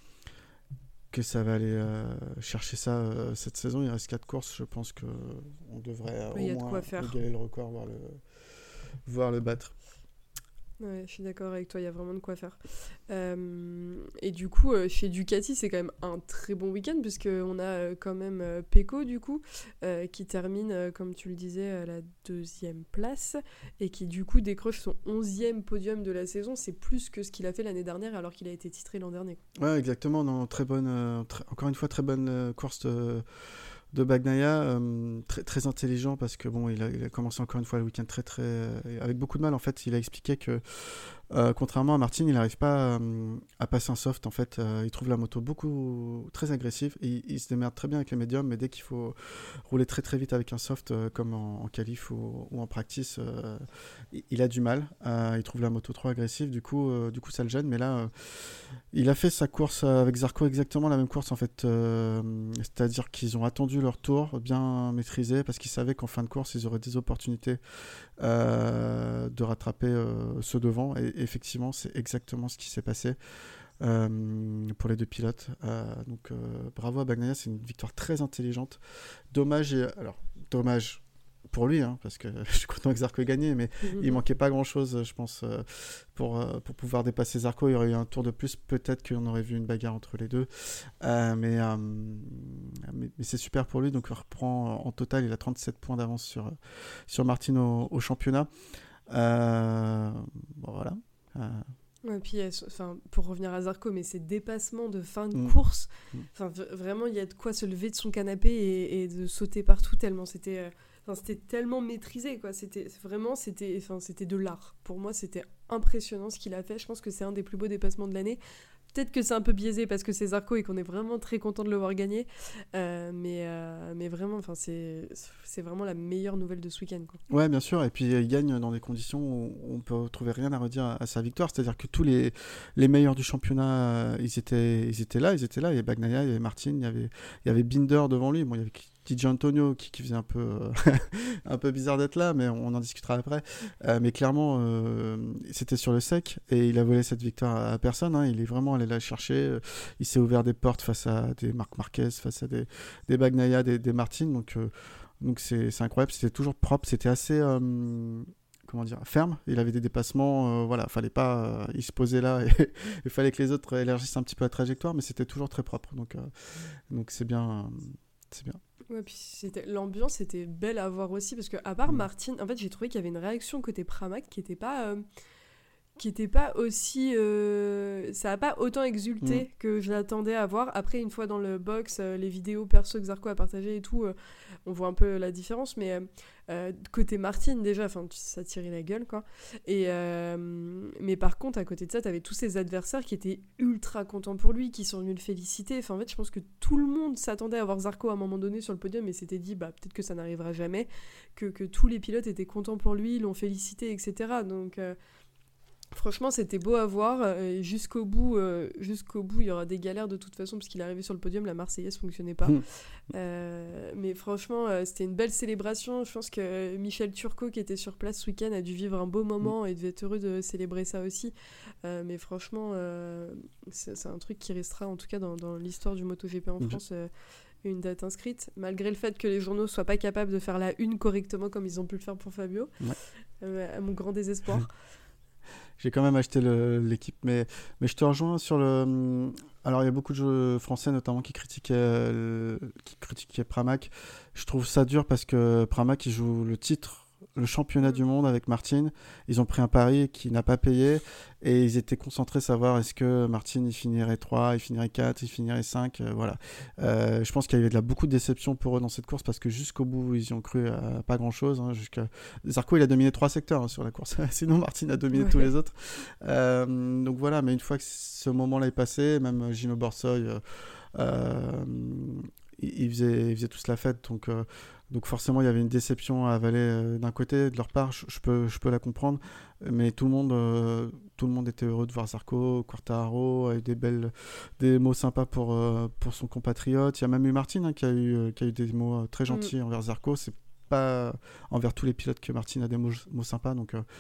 que ça va aller euh, chercher ça euh, cette saison. Il reste quatre courses, je pense qu'on devrait euh, oui, au moins égaler le record, voire le, voire le battre. Ouais, je suis d'accord avec toi, il y a vraiment de quoi faire. Euh, et du coup, euh, chez Ducati, c'est quand même un très bon week-end, puisqu'on a euh, quand même euh, Pecco, du coup, euh, qui termine, euh, comme tu le disais, à la deuxième place, et qui, du coup, décroche son onzième podium de la saison. C'est plus que ce qu'il a fait l'année dernière, alors qu'il a été titré l'an dernier. Ouais, exactement. Non, très bonne, euh, très, encore une fois, très bonne euh, course de... de Bagnaia, euh, très, très intelligent parce que bon, il a, il a commencé encore une fois le week-end très, très, euh, avec beaucoup de mal. En fait, il a expliqué que euh, contrairement à Martin, il n'arrive pas euh, à passer un soft. En fait, euh, il trouve la moto beaucoup très agressive. Et il, il se démerde très bien avec les médiums, mais dès qu'il faut rouler très très vite avec un soft, euh, comme en, en qualif ou, ou en practice, euh, il, il a du mal. Euh, il trouve la moto trop agressive. Du coup, euh, du coup, ça le gêne. Mais là, euh, il a fait sa course avec Zarco exactement la même course en fait. Euh, c'est-à-dire qu'ils ont attendu leur tour bien maîtrisé parce qu'ils savaient qu'en fin de course ils auraient des opportunités euh, de rattraper euh, ceux devant et effectivement c'est exactement ce qui s'est passé euh, pour les deux pilotes euh, donc euh, bravo à Bagnaia, c'est une victoire très intelligente. Dommage et, alors dommage pour lui, hein, parce que je suis content que Zarco ait gagné, mais mmh. il manquait pas grand-chose, je pense, euh, pour, euh, pour pouvoir dépasser Zarco. Il y aurait eu un tour de plus, peut-être qu'on aurait vu une bagarre entre les deux. Euh, mais, euh, mais, mais c'est super pour lui, donc il reprend en total, il a trente-sept points d'avance sur, sur Martin au, au championnat. Euh, bon, voilà. Euh, Ouais, puis, enfin, pour revenir à Zarco, mais ces dépassements de fin de Mm. course, Mm. enfin, v- vraiment, il y a de quoi se lever de son canapé et, et de sauter partout tellement c'était, euh, enfin, c'était tellement maîtrisé, quoi. C'était vraiment, c'était, enfin, c'était de l'art. Pour moi, c'était impressionnant ce qu'il a fait. Je pense que c'est un des plus beaux dépassements de l'année. Peut-être que c'est un peu biaisé parce que c'est Zarco et qu'on est vraiment très content de le voir gagner, euh, mais, euh, mais vraiment, enfin, c'est, c'est vraiment la meilleure nouvelle de ce week-end, quoi. Ouais, bien sûr. Et puis il gagne dans des conditions où on peut trouver rien à redire à, à sa victoire. C'est-à-dire que tous les, les meilleurs du championnat, euh, ils étaient, ils étaient là, ils étaient là. Il y avait Bagnaia, il y avait Martin, il y avait, il y avait Binder devant lui. Bon, il y avait D J Antonio qui, qui faisait un peu, euh, un peu bizarre d'être là, mais on en discutera après. Euh, mais clairement, euh, c'était sur le sec et il a volé cette victoire à personne. Hein. Il est vraiment allé la chercher. Il s'est ouvert des portes face à des Marc Marquez, face à des, des Bagnaia, des, des Martin. Donc euh, Donc c'est, c'est incroyable, c'était toujours propre, c'était assez euh, comment dire, ferme. Il avait des dépassements, euh, voilà, fallait pas, euh, il se posait là et il fallait que les autres élargissent un petit peu la trajectoire, mais c'était toujours très propre. Donc, euh, donc c'est bien, euh, c'est bien. Ouais, puis c'était, l'ambiance était belle à voir aussi parce que à part Mm. Martin, en fait, j'ai trouvé qu'il y avait une réaction côté Pramac qui était pas, euh, qui était pas aussi, euh, ça a pas autant exulté Mm. que je l'attendais à voir. Après, une fois dans le box, euh, les vidéos perso que Zarco a partagées et tout, euh, on voit un peu la différence, mais euh, euh, côté Martin déjà, enfin, ça tirait la gueule, quoi. Et euh, mais par contre, à côté de ça, t'avais tous ses adversaires qui étaient ultra contents pour lui, qui sont venus le féliciter. Enfin, en fait, je pense que tout le monde s'attendait à voir Zarco à un moment donné sur le podium et s'était dit, bah peut-être que ça n'arrivera jamais, que que tous les pilotes étaient contents pour lui, l'ont félicité, et cetera. Donc euh, franchement, c'était beau à voir. euh, Et jusqu'au bout, euh, jusqu'au bout, il y aura des galères de toute façon parce qu'il est arrivé sur le podium, la Marseillaise fonctionnait pas. Mm. Euh, mais franchement, euh, c'était une belle célébration. Je pense que Michel Turcot, qui était sur place ce week-end, a dû vivre un beau moment et devait être heureux de célébrer ça aussi. Euh, mais franchement, euh, c'est, c'est un truc qui restera en tout cas dans, dans l'histoire du MotoGP en Mm. France. euh, Une date inscrite, malgré le fait que les journaux soient pas capables de faire la une correctement comme ils ont pu le faire pour Fabio, Ouais. euh, à mon grand désespoir. J'ai quand même acheté le, l'équipe, mais, mais je te rejoins sur le... Alors, il y a beaucoup de jeux français, notamment, qui critiquaient, euh, qui critiquaient Pramac. Je trouve ça dur parce que Pramac, il joue le titre, le championnat Mm. du monde avec Martin. Ils ont pris un pari qui n'a pas payé et ils étaient concentrés à savoir est-ce que Martin, il finirait trois, il finirait quatre, il finirait cinq, euh, voilà. Euh, je pense qu'il y avait de la, beaucoup de déception pour eux dans cette course parce que jusqu'au bout, ils y ont cru à pas grand-chose. Hein, jusqu'à... Zarco, il a dominé trois secteurs hein, sur la course. Sinon, Martin a dominé Ouais. tous les autres. Euh, donc voilà, mais une fois que ce moment-là est passé, même Gino Borsoy, euh, euh, ils, faisaient, ils faisaient tous la fête. Donc, euh, donc forcément, il y avait une déception à avaler euh, d'un côté, de leur part. Je, je, peux, je peux la comprendre. Mais tout le monde, euh, tout le monde était heureux de voir Zarco, Quartararo, avec des, belles, des mots sympas pour, euh, pour son compatriote. Il y a même eu Martin hein, qui, a eu, euh, qui a eu des mots euh, très gentils mm. envers Zarco. C'est pas envers tous les pilotes que Martin a des mots, mots sympas. Donc, euh...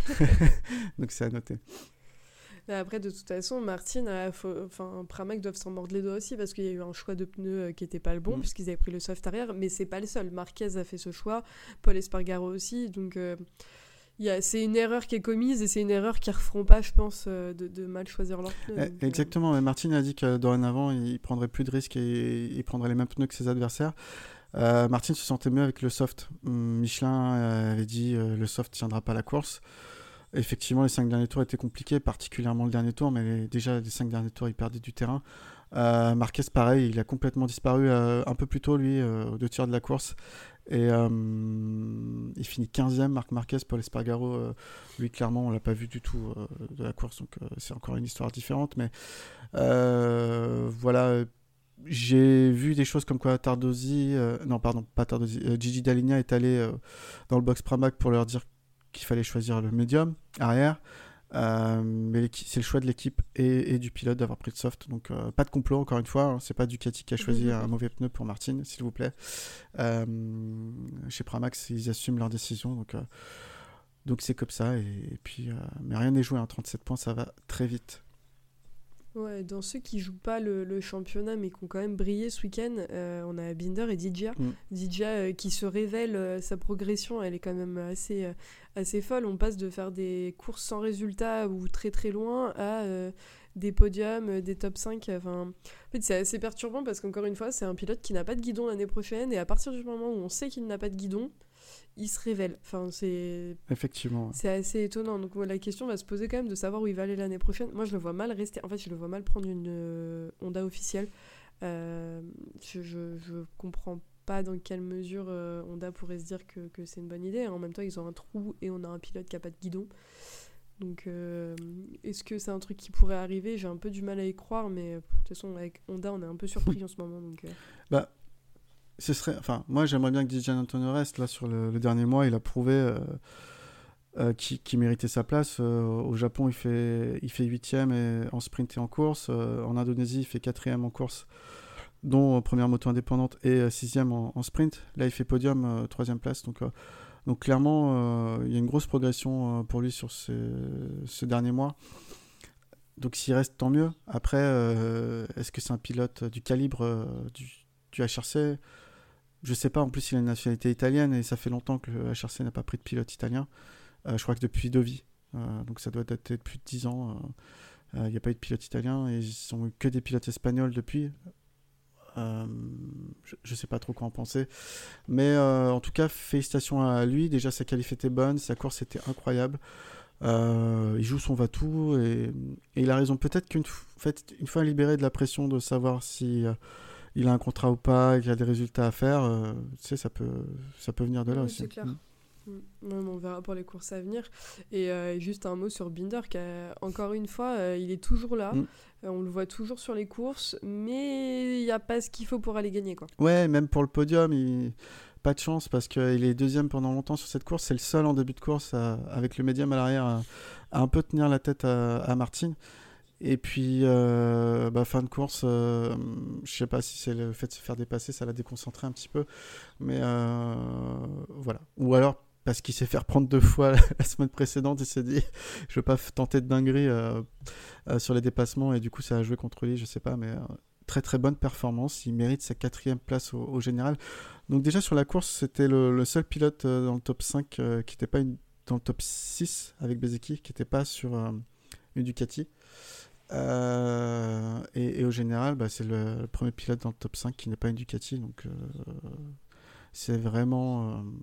donc c'est à noter. Après, de toute façon, Martin, a, faut, enfin, Pramac doivent s'en mordre les doigts aussi parce qu'il y a eu un choix de pneus qui n'était pas le bon, mmh. puisqu'ils avaient pris le soft arrière, mais c'est pas le seul. Marquez a fait ce choix, Paul Espargaro aussi, donc euh, y a, c'est une erreur qui est commise et c'est une erreur qu'ils ne referont pas, je pense, de, de mal choisir leurs pneus. Donc, exactement, euh... mais Martin a dit que dorénavant, il prendrait plus de risques et il prendrait les mêmes pneus que ses adversaires. Euh, Martin se sentait mieux avec le soft. Michelin avait dit euh, le soft tiendra pas la course. Effectivement, les cinq derniers tours étaient compliqués, particulièrement le dernier tour, mais les, déjà les cinq derniers tours, il perdait du terrain. Euh, Marquez, pareil, il a complètement disparu euh, un peu plus tôt, lui, euh, aux deux tiers de la course. Et euh, il finit quinzième, Marc Marquez, Paul Espargaro. Euh, lui, clairement, on ne l'a pas vu du tout euh, de la course, donc euh, c'est encore une histoire différente. Mais euh, voilà, j'ai vu des choses comme quoi Tardosi, euh, non, pardon, pas Tardosi, euh, Gigi Dall'Igna est allé euh, dans le box Pramac pour leur dire qu'il fallait choisir le médium arrière, euh, mais c'est le choix de l'équipe et, et du pilote d'avoir pris le soft, donc euh, pas de complot encore une fois, hein, c'est pas Ducati qui a choisi mmh. un mauvais pneu pour Martin, s'il vous plaît. Euh, chez Pramac, ils assument leur décision, donc euh, donc c'est comme ça, et, et puis euh, mais rien n'est joué, hein, trente-sept points, ça va très vite. Ouais, dans ceux qui jouent pas le, le championnat mais qui ont quand même brillé ce week-end, euh, on a Binder et Digia. Mm. Digia euh, qui se révèle, euh, sa progression, elle est quand même assez, euh, assez folle. On passe de faire des courses sans résultat ou très très loin à euh, des podiums, euh, des top cinq. Enfin, en fait, c'est assez perturbant parce qu'encore une fois, c'est un pilote qui n'a pas de guidon l'année prochaine et à partir du moment où on sait qu'il n'a pas de guidon, il se révèle. Enfin, c'est... Effectivement. Ouais. C'est assez étonnant. Donc la question va se poser quand même de savoir où il va aller l'année prochaine. Moi, je le vois mal rester. En fait, je le vois mal prendre une euh, Honda officielle. Euh, je, je, je comprends pas dans quelle mesure euh, Honda pourrait se dire que, que c'est une bonne idée. En même temps, ils ont un trou et on a un pilote qui a pas de guidon. Donc, euh, est-ce que c'est un truc qui pourrait arriver ? J'ai un peu du mal à y croire, mais de toute façon, avec Honda, on est un peu surpris en ce moment. Donc, euh... Bah, ce serait, enfin, moi j'aimerais bien que Dijan Antonio reste là sur le, le dernier mois. Il a prouvé euh, euh, qu'il, qu'il méritait sa place. Euh, au Japon, il fait, il fait huitième et, en sprint et en course. Euh, en Indonésie, il fait quatrième en course, dont euh, première moto indépendante, et euh, sixième en, en sprint. Là, il fait podium, euh, troisième place. Donc, euh, donc clairement, euh, il y a une grosse progression euh, pour lui sur ces, ce dernier mois. Donc s'il reste, tant mieux. Après, euh, est-ce que c'est un pilote du calibre euh, du, du H R C ? Je sais pas, en plus il a une nationalité italienne et ça fait longtemps que le H R C n'a pas pris de pilote italien. Euh, je crois que depuis Dovi, euh, donc ça doit dater de plus de dix ans. Il euh, n'y euh, a pas eu de pilote italien et ils n'ont eu que des pilotes espagnols depuis. Euh, je ne sais pas trop quoi en penser. Mais euh, en tout cas, félicitations à lui. Déjà, sa qualif était bonne, sa course était incroyable. Euh, il joue son va-tout et, et il a raison. Peut-être qu'une f- en fait, une fois libéré de la pression de savoir si... Euh, il a un contrat ou pas, qu'il y a des résultats à faire, euh, tu sais, ça peut, ça peut venir de là oui, aussi. C'est clair. Mmh. Mmh. Ouais, on verra pour les courses à venir. Et euh, juste un mot sur Binder, qui a, encore une fois, euh, il est toujours là. Mmh. Euh, on le voit toujours sur les courses, mais il n'y a pas ce qu'il faut pour aller gagner, quoi. Ouais, même pour le podium, il... pas de chance parce qu'il est deuxième pendant longtemps sur cette course. C'est le seul en début de course, à, avec le médium à l'arrière, à, à un peu tenir la tête à, à Martin. Et puis, euh, bah, fin de course, euh, je sais pas si c'est le fait de se faire dépasser, ça l'a déconcentré un petit peu. Mais euh, voilà. Ou alors, parce qu'il s'est fait reprendre deux fois la semaine précédente, il s'est dit, je veux pas tenter de dinguerie euh, euh, sur les dépassements, et du coup, ça a joué contre lui, je sais pas, mais euh, très très bonne performance. Il mérite sa quatrième place au, au général. Donc déjà, sur la course, c'était le, le seul pilote euh, dans le top cinq euh, qui n'était pas une, dans le top six avec Bezzecchi, qui n'était pas sur euh, une Ducati. Euh, et, et au général, bah, c'est le, le premier pilote dans le top cinq qui n'est pas une Ducati, donc euh, c'est vraiment euh,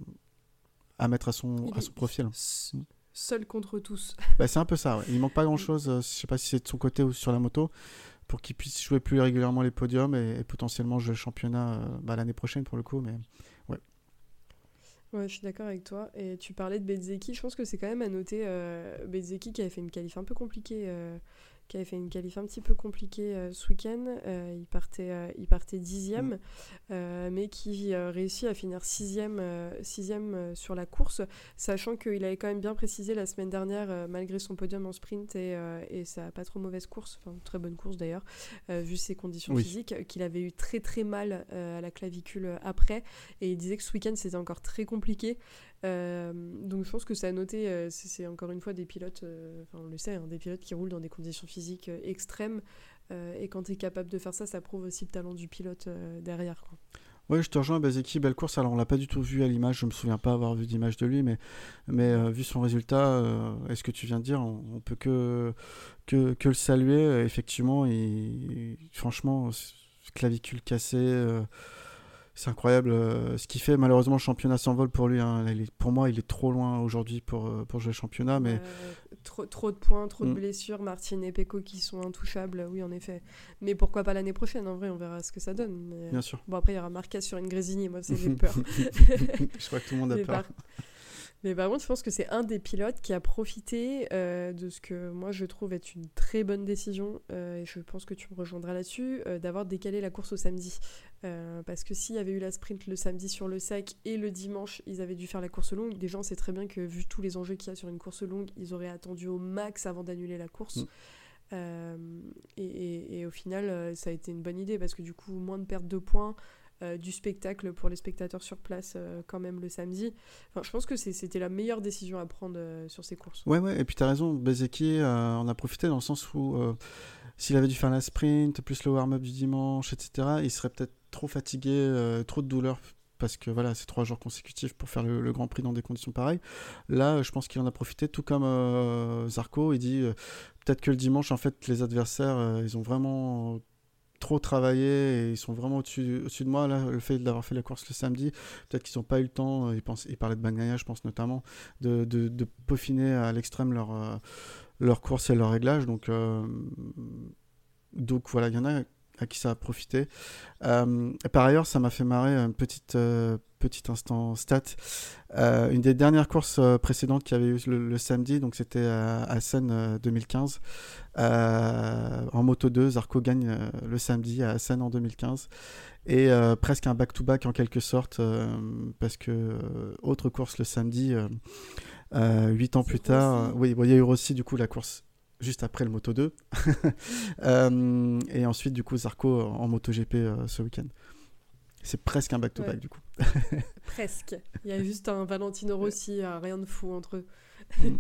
à mettre à son, à son profil. S- seul contre tous. Bah, c'est un peu ça, ouais. Il manque pas grand chose, euh, je sais pas si c'est de son côté ou sur la moto, pour qu'il puisse jouer plus régulièrement les podiums et, et potentiellement jouer le championnat euh, bah, l'année prochaine pour le coup, mais ouais. Ouais, je suis d'accord avec toi. Et tu parlais de Bezzecchi, je pense que c'est quand même à noter euh, Bezzecchi qui avait fait une qualif un peu compliquée. Euh, qui avait fait une qualif un petit peu compliquée euh, ce week-end. Euh, il partait, euh, il partait dixième, mmh. euh, mais qui euh, réussit à finir sixième, euh, sixième euh, sur la course, sachant qu'il avait quand même bien précisé la semaine dernière, euh, malgré son podium en sprint et, euh, et sa pas trop mauvaise course, enfin très bonne course d'ailleurs, euh, vu ses conditions oui. physiques, qu'il avait eu très très mal euh, à la clavicule après, et il disait que ce week-end c'était encore très compliqué. Euh, donc je pense que c'est à noter, euh, c'est, c'est encore une fois des pilotes, euh, enfin on le sait, hein, des pilotes qui roulent dans des conditions physiques euh, extrêmes, euh, et quand tu es capable de faire ça, ça prouve aussi le talent du pilote euh, derrière, quoi. Oui, je te rejoins, Bezzecchi, belle course. Alors on l'a pas du tout vu à l'image, je me souviens pas avoir vu d'image de lui, mais, mais euh, vu son résultat, euh, et ce que tu viens de dire, on, on peut que, que, que le saluer. Euh, effectivement, il, il, franchement, clavicule cassée, euh, c'est incroyable euh, ce qu'il fait. Malheureusement, le championnat s'envole pour lui. Hein. Il est, pour moi, il est trop loin aujourd'hui pour, pour jouer le championnat. Mais... Euh, trop, trop de points, trop mm. de blessures. Martin et Pecco qui sont intouchables, oui, en effet. Mais pourquoi pas l'année prochaine ? En vrai, on verra ce que ça donne. Mais... Bien sûr. Bon, après, il y aura Marquez sur une Grésini. Moi, c'est j'ai peur. Je crois que tout le monde a mais peur. Par... Mais par contre, je pense que c'est un des pilotes qui a profité euh, de ce que moi je trouve être une très bonne décision, euh, et je pense que tu me rejoindras là-dessus, euh, d'avoir décalé la course au samedi. Euh, parce que s'il y avait eu la sprint le samedi sur le sec et le dimanche, ils avaient dû faire la course longue. Déjà, on sait très bien que vu tous les enjeux qu'il y a sur une course longue, ils auraient attendu au max avant d'annuler la course. Mm. Euh, et, et, et au final, euh, ça a été une bonne idée parce que du coup, moins de perte de points. Euh, du spectacle pour les spectateurs sur place euh, quand même le samedi. Enfin, je pense que c'est, c'était la meilleure décision à prendre euh, sur ces courses. Ouais, ouais, et puis tu as raison, Bezzecchi euh, en a profité dans le sens où euh, s'il avait dû faire la sprint, plus le warm-up du dimanche, et cetera, il serait peut-être trop fatigué, euh, trop de douleur, parce que voilà, c'est trois jours consécutifs pour faire le, le Grand Prix dans des conditions pareilles. Là, je pense qu'il en a profité, tout comme euh, Zarco. Il dit euh, peut-être que le dimanche, en fait, les adversaires, euh, ils ont vraiment trop travaillé et ils sont vraiment au-dessus, au-dessus de moi. Là, le fait d'avoir fait la course le samedi, peut-être qu'ils n'ont pas eu le temps, ils, pensent, ils parlaient de Bagnaia, je pense notamment, de, de, de peaufiner à l'extrême leur, euh, leur course et leur réglage. Donc, euh, donc voilà, il y en a à qui ça a profité. Euh, par ailleurs, ça m'a fait marrer une petite, euh, petit instant stat. Euh, une des dernières courses euh, précédentes qu'il y avait eu le, le samedi, donc c'était à Assen euh, deux mille quinze. Euh, en moto deux, Zarco gagne euh, le samedi à Assen en deux mille quinze. Et euh, presque un back-to-back en quelque sorte, euh, parce que euh, autre course le samedi, euh, euh, huit ans C'est plus tard. Rossi. Euh, oui, bon, il y a eu aussi du coup la course juste après le Moto deux. euh, et ensuite, du coup, Zarco en MotoGP euh, ce week-end. C'est presque un back-to-back, Ouais. du coup. Presque. Il y a juste un Valentino Rossi, un rien de fou entre eux. Mm.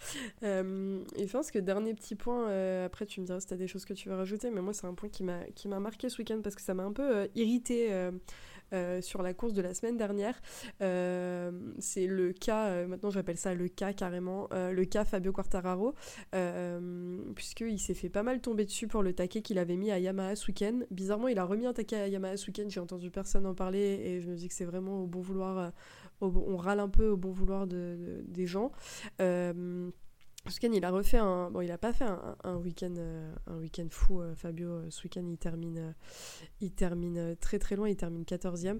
Euh, et je pense que dernier petit point, euh, après tu me diras si tu as des choses que tu veux rajouter, mais moi c'est un point qui m'a, qui m'a marqué ce week-end parce que ça m'a un peu euh, irrité euh, euh, sur la course de la semaine dernière. Euh, c'est le cas, euh, maintenant j'appelle ça le cas carrément, euh, le cas Fabio Quartararo, euh, puisqu'il s'est fait pas mal tomber dessus pour le taquet qu'il avait mis à Yamaha ce week-end. Bizarrement, il a remis un taquet à Yamaha ce week-end, j'ai entendu personne en parler et je me dis que c'est vraiment au bon vouloir, euh, au bon- on râle un peu au bon vouloir de, de- des gens. Euh, Ce week-end, il a refait un. Bon, il a pas fait un, un week-end, euh, un week-end fou, euh, Fabio. Euh, ce week-end, il termine, euh, il termine euh, très très loin. Il termine quatorzième.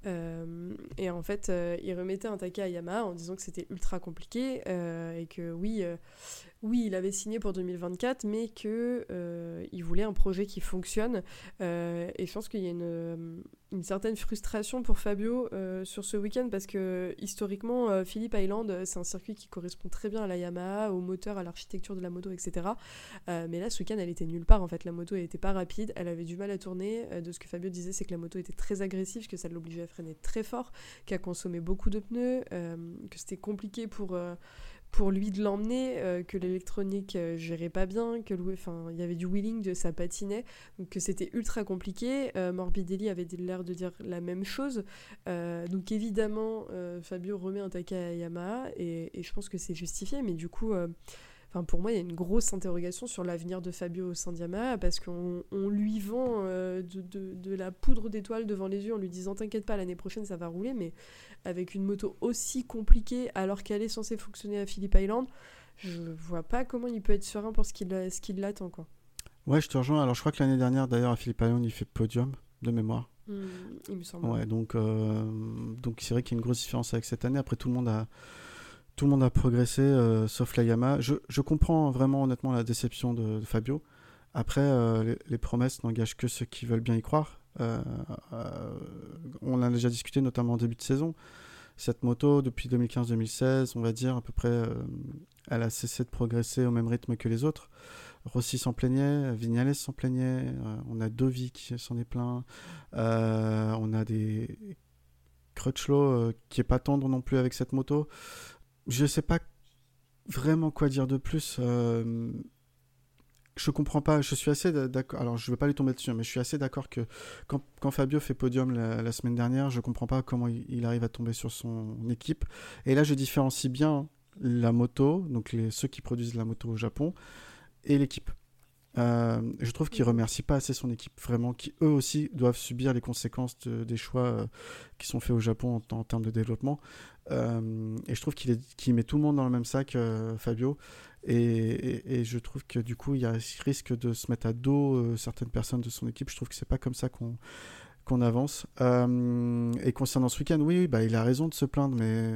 Euh, et en fait, euh, il remettait un taquet à Yamaha en disant que c'était ultra compliqué euh, et que oui, euh, oui, il avait signé pour deux mille vingt-quatre, mais que euh, il voulait un projet qui fonctionne. Euh, et je pense qu'il y a une, une certaine frustration pour Fabio euh, sur ce week-end parce que historiquement, euh, Phillip Island, euh, c'est un circuit qui correspond très bien à la Yamaha, au moteur, à l'architecture de la moto, et cetera. Euh, mais là, ce week-end, elle était nulle part en fait. La moto, elle était pas rapide, elle avait du mal à tourner. Euh, de ce que Fabio disait, c'est que la moto était très agressive, que ça l'obligeait à freiner très fort, qu'elle consommait beaucoup de pneus, euh, que c'était compliqué pour euh, pour lui de l'emmener, euh, que l'électronique euh, gérait pas bien, que le- enfin, il y avait du wheeling, de, ça patinait, donc que c'était ultra compliqué. Euh, Morbidelli avait l'air de dire la même chose. Euh, donc évidemment, euh, Fabio remet un taquet à Yamaha et, et je pense que c'est justifié, mais du coup, euh, enfin, pour moi, il y a une grosse interrogation sur l'avenir de Fabio au sein de Yamaha parce qu'on on lui vend euh, de, de, de la poudre d'étoiles devant les yeux en lui disant t'inquiète pas, l'année prochaine ça va rouler, mais avec une moto aussi compliquée alors qu'elle est censée fonctionner à Phillip Island, je vois pas comment il peut être serein pour ce qu'il ce qu'il l'attend, quoi. Ouais, je te rejoins. Alors, je crois que l'année dernière, d'ailleurs, à Phillip Island, il fait podium de mémoire. Hmm, il me semble. Ouais, donc, euh, donc c'est vrai qu'il y a une grosse différence avec cette année. Après, tout le monde a, tout le monde a progressé, euh, sauf la Yamaha. Je, je comprends vraiment, honnêtement, la déception de, de Fabio. Après, euh, les, les promesses n'engagent que ceux qui veulent bien y croire. Euh, euh, on en a déjà discuté, notamment en début de saison. Cette moto, depuis deux mille quinze deux mille seize, on va dire, à peu près, euh, elle a cessé de progresser au même rythme que les autres. Rossi s'en plaignait, Vignales s'en plaignait, euh, on a Dovi qui s'en est plaint, euh, on a des Crutchlow euh, qui est pas tendre non plus avec cette moto. Je sais pas vraiment quoi dire de plus. Euh, je comprends pas, je suis assez d'accord, alors je veux pas lui tomber dessus, mais je suis assez d'accord que quand, quand Fabio fait podium la, la semaine dernière, je comprends pas comment il, il arrive à tomber sur son équipe. Et là, je différencie bien la moto, donc les, ceux qui produisent la moto au Japon, et l'équipe. Euh, je trouve qu'il remercie pas assez son équipe, vraiment, qui eux aussi doivent subir les conséquences de, des choix euh, qui sont faits au Japon en, en termes de développement. Euh, et je trouve qu'il, est, qu'il met tout le monde dans le même sac, euh, Fabio. Et, et, et je trouve que du coup, il y a ce risque de se mettre à dos euh, certaines personnes de son équipe. Je trouve que c'est pas comme ça qu'on, qu'on avance. Euh, et concernant ce week-end, oui, bah, il a raison de se plaindre, mais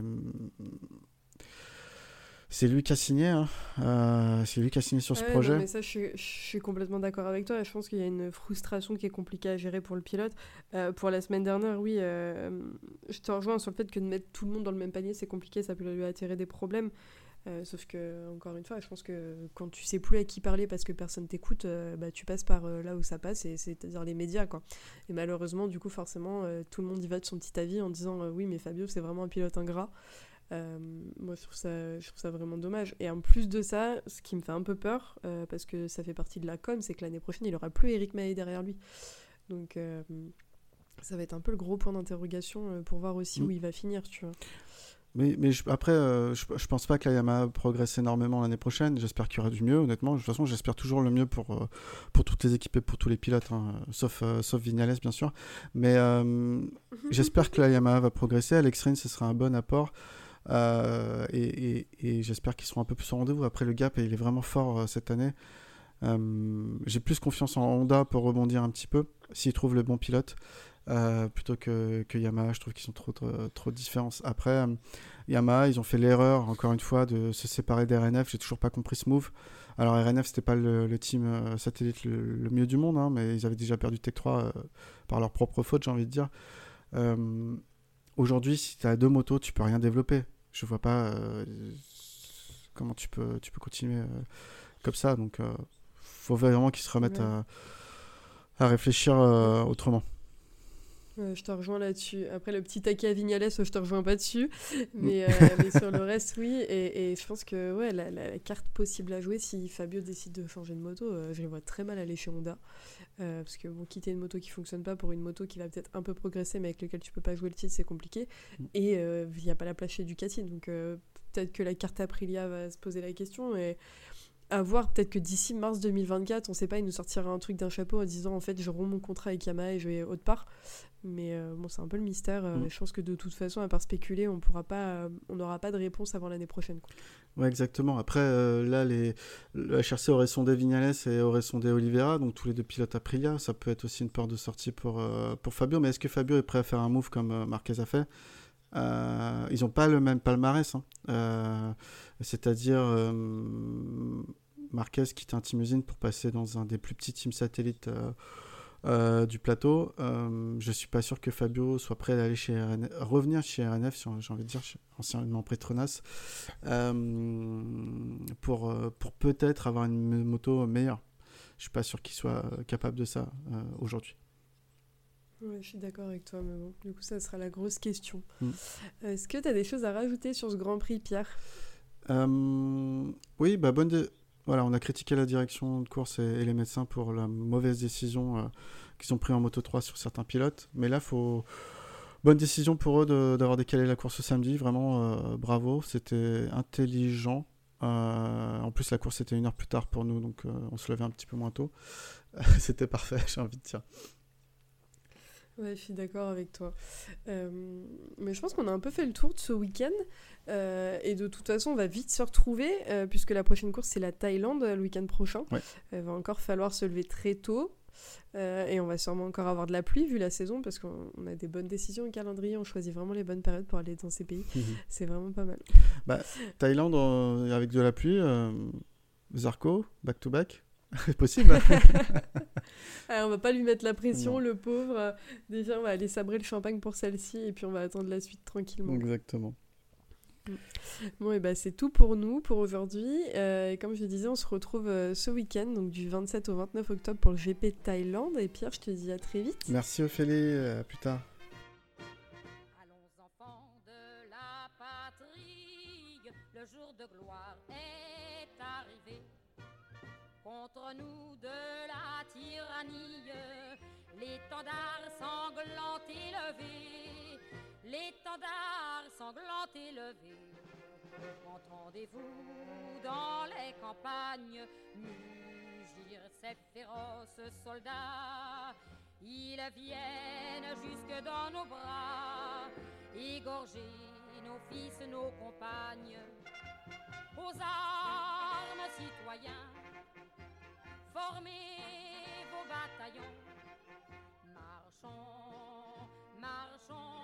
c'est lui qui a signé, hein. euh, c'est lui qui a signé sur ce Ouais, projet. non, mais ça, je suis, je suis complètement d'accord avec toi et je pense qu'il y a une frustration qui est compliquée à gérer pour le pilote. Euh, pour la semaine dernière, oui, euh, je te rejoins sur le fait que de mettre tout le monde dans le même panier, c'est compliqué, ça peut lui attirer des problèmes. Euh, sauf que, encore une fois, je pense que quand tu sais plus à qui parler parce que personne t'écoute, euh, bah, tu passes par euh, là où ça passe, et c'est-à-dire les médias, quoi. Et malheureusement, du coup, forcément, euh, tout le monde y va de son petit avis en disant euh, oui, mais Fabio, c'est vraiment un pilote ingrat. Euh, moi, je trouve, ça, je trouve ça vraiment dommage. Et en plus de ça, ce qui me fait un peu peur, euh, parce que ça fait partie de la com, c'est que l'année prochaine, il n'aura plus Eric Mahé derrière lui. Donc, euh, ça va être un peu le gros point d'interrogation euh, pour voir aussi mmh. où il va finir, tu vois. Mais, mais je, après, euh, je, je pense pas que la Yamaha progresse énormément l'année prochaine. J'espère qu'il y aura du mieux, honnêtement. De toute façon, j'espère toujours le mieux pour, euh, pour toutes les équipes et pour tous les pilotes, hein, sauf, euh, sauf Vignales, bien sûr. Mais euh, j'espère que la Yamaha va progresser. Alex Rins, ce sera un bon apport. Euh, et, et, et j'espère qu'ils seront un peu plus au rendez-vous. Après, le gap, il est vraiment fort euh, cette année. Euh, j'ai plus confiance en Honda pour rebondir un petit peu, s'ils trouvent le bon pilote. Euh, plutôt que, que Yamaha, je trouve qu'ils sont trop, trop, trop de différences. Après, euh, Yamaha, ils ont fait l'erreur, encore une fois, de se séparer d'R N F. J'ai toujours pas compris ce move. Alors, R N F, c'était pas le, le team euh, satellite le, le mieux du monde, hein, mais ils avaient déjà perdu Tech trois euh, par leur propre faute, j'ai envie de dire. Euh, aujourd'hui, si tu as deux motos, tu peux rien développer. Je vois pas euh, comment tu peux, tu peux continuer euh, comme ça. Donc, il euh, faut vraiment qu'ils se remettent ouais. à, à réfléchir euh, autrement. Ouais, je te rejoins là-dessus. Après, le petit taquet à Vignales, je te rejoins pas dessus. Mais, euh, mais sur le reste, oui. Et, et je pense que ouais, la, la, la carte possible à jouer, si Fabio décide de changer de moto, euh, je les vois très mal aller chez Honda. Euh, parce que bon, quitter une moto qui fonctionne pas pour une moto qui va peut-être un peu progresser, mais avec laquelle tu peux pas jouer le titre, c'est compliqué. Et il euh, n'y a pas la place chez Ducati. Donc euh, peut-être que la carte Aprilia va se poser la question. Et à voir, peut-être que d'ici mars deux mille vingt-quatre, on sait pas, il nous sortira un truc d'un chapeau en disant en fait je romps mon contrat avec Yamaha et je vais autre part. Mais euh, bon, c'est un peu le mystère. Euh, mmh. Je pense que de toute façon, à part spéculer, on pourra pas, euh, on n'aura pas de réponse avant l'année prochaine, quoi. Ouais, exactement. Après, euh, là, les... le H R C aurait sondé Vignales et aurait sondé Oliveira, donc tous les deux pilotes Aprilia. Ça peut être aussi une porte de sortie pour, euh, pour Fabio. Mais est-ce que Fabio est prêt à faire un move comme euh, Marquez a fait ? Euh, ils n'ont pas le même palmarès, hein. euh, c'est-à-dire euh, Marquez quitte un team usine pour passer dans un des plus petits teams satellites euh, euh, du plateau. Euh, je suis pas sûr que Fabio soit prêt à aller chez R N F, revenir chez R N F, j'ai envie de dire, anciennement Petronas, euh, pour, pour peut-être avoir une moto meilleure. Je suis pas sûr qu'il soit capable de ça euh, aujourd'hui. Ouais, je suis d'accord avec toi, mais bon, du coup, ça sera la grosse question. Mm. Est-ce que tu as des choses à rajouter sur ce Grand Prix, Pierre ? euh, Oui, bah, bonne dé- voilà, on a critiqué la direction de course et, et les médecins pour la mauvaise décision euh, qu'ils ont prise en Moto trois sur certains pilotes. Mais là, faut... bonne décision pour eux de, d'avoir décalé la course samedi. Vraiment, euh, bravo, c'était intelligent. Euh, en plus, la course était une heure plus tard pour nous, donc euh, on se levait un petit peu moins tôt. C'était parfait, j'ai envie de dire. Ouais, je suis d'accord avec toi. Euh, mais je pense qu'on a un peu fait le tour de ce week-end. Euh, et de toute façon, on va vite se retrouver, euh, puisque la prochaine course, c'est la Thaïlande, le week-end prochain. Ouais. Il va encore falloir se lever très tôt. Euh, et on va sûrement encore avoir de la pluie, vu la saison, parce qu'on on a des bonnes décisions au calendrier. On choisit vraiment les bonnes périodes pour aller dans ces pays. Mmh. C'est vraiment pas mal. Bah, Thaïlande, euh, avec de la pluie, euh, Zarco, back-to-back. C'est possible. Alors, on va pas lui mettre la pression, non. Le pauvre. Déjà, on va aller sabrer le champagne pour celle-ci et puis on va attendre la suite tranquillement. Exactement. Bon, et bah, c'est tout pour nous pour aujourd'hui. Euh, et comme je disais, on se retrouve euh, ce week-end, donc du vingt-sept au vingt-neuf octobre pour le G P Thaïlande. Et Pierre, je te dis à très vite. Merci Ophélie, à plus tard. Allons enfants de la patrie, le jour de gloire est arrivé. Contre nous de la tyrannie, l'étendard sanglant élevé, l'étendard sanglant élevé. Entendez-vous dans les campagnes mugir ces féroces soldats? Ils viennent jusque dans nos bras, égorger nos fils, nos compagnes. Aux armes, citoyens, formez vos bataillons, marchons, marchons.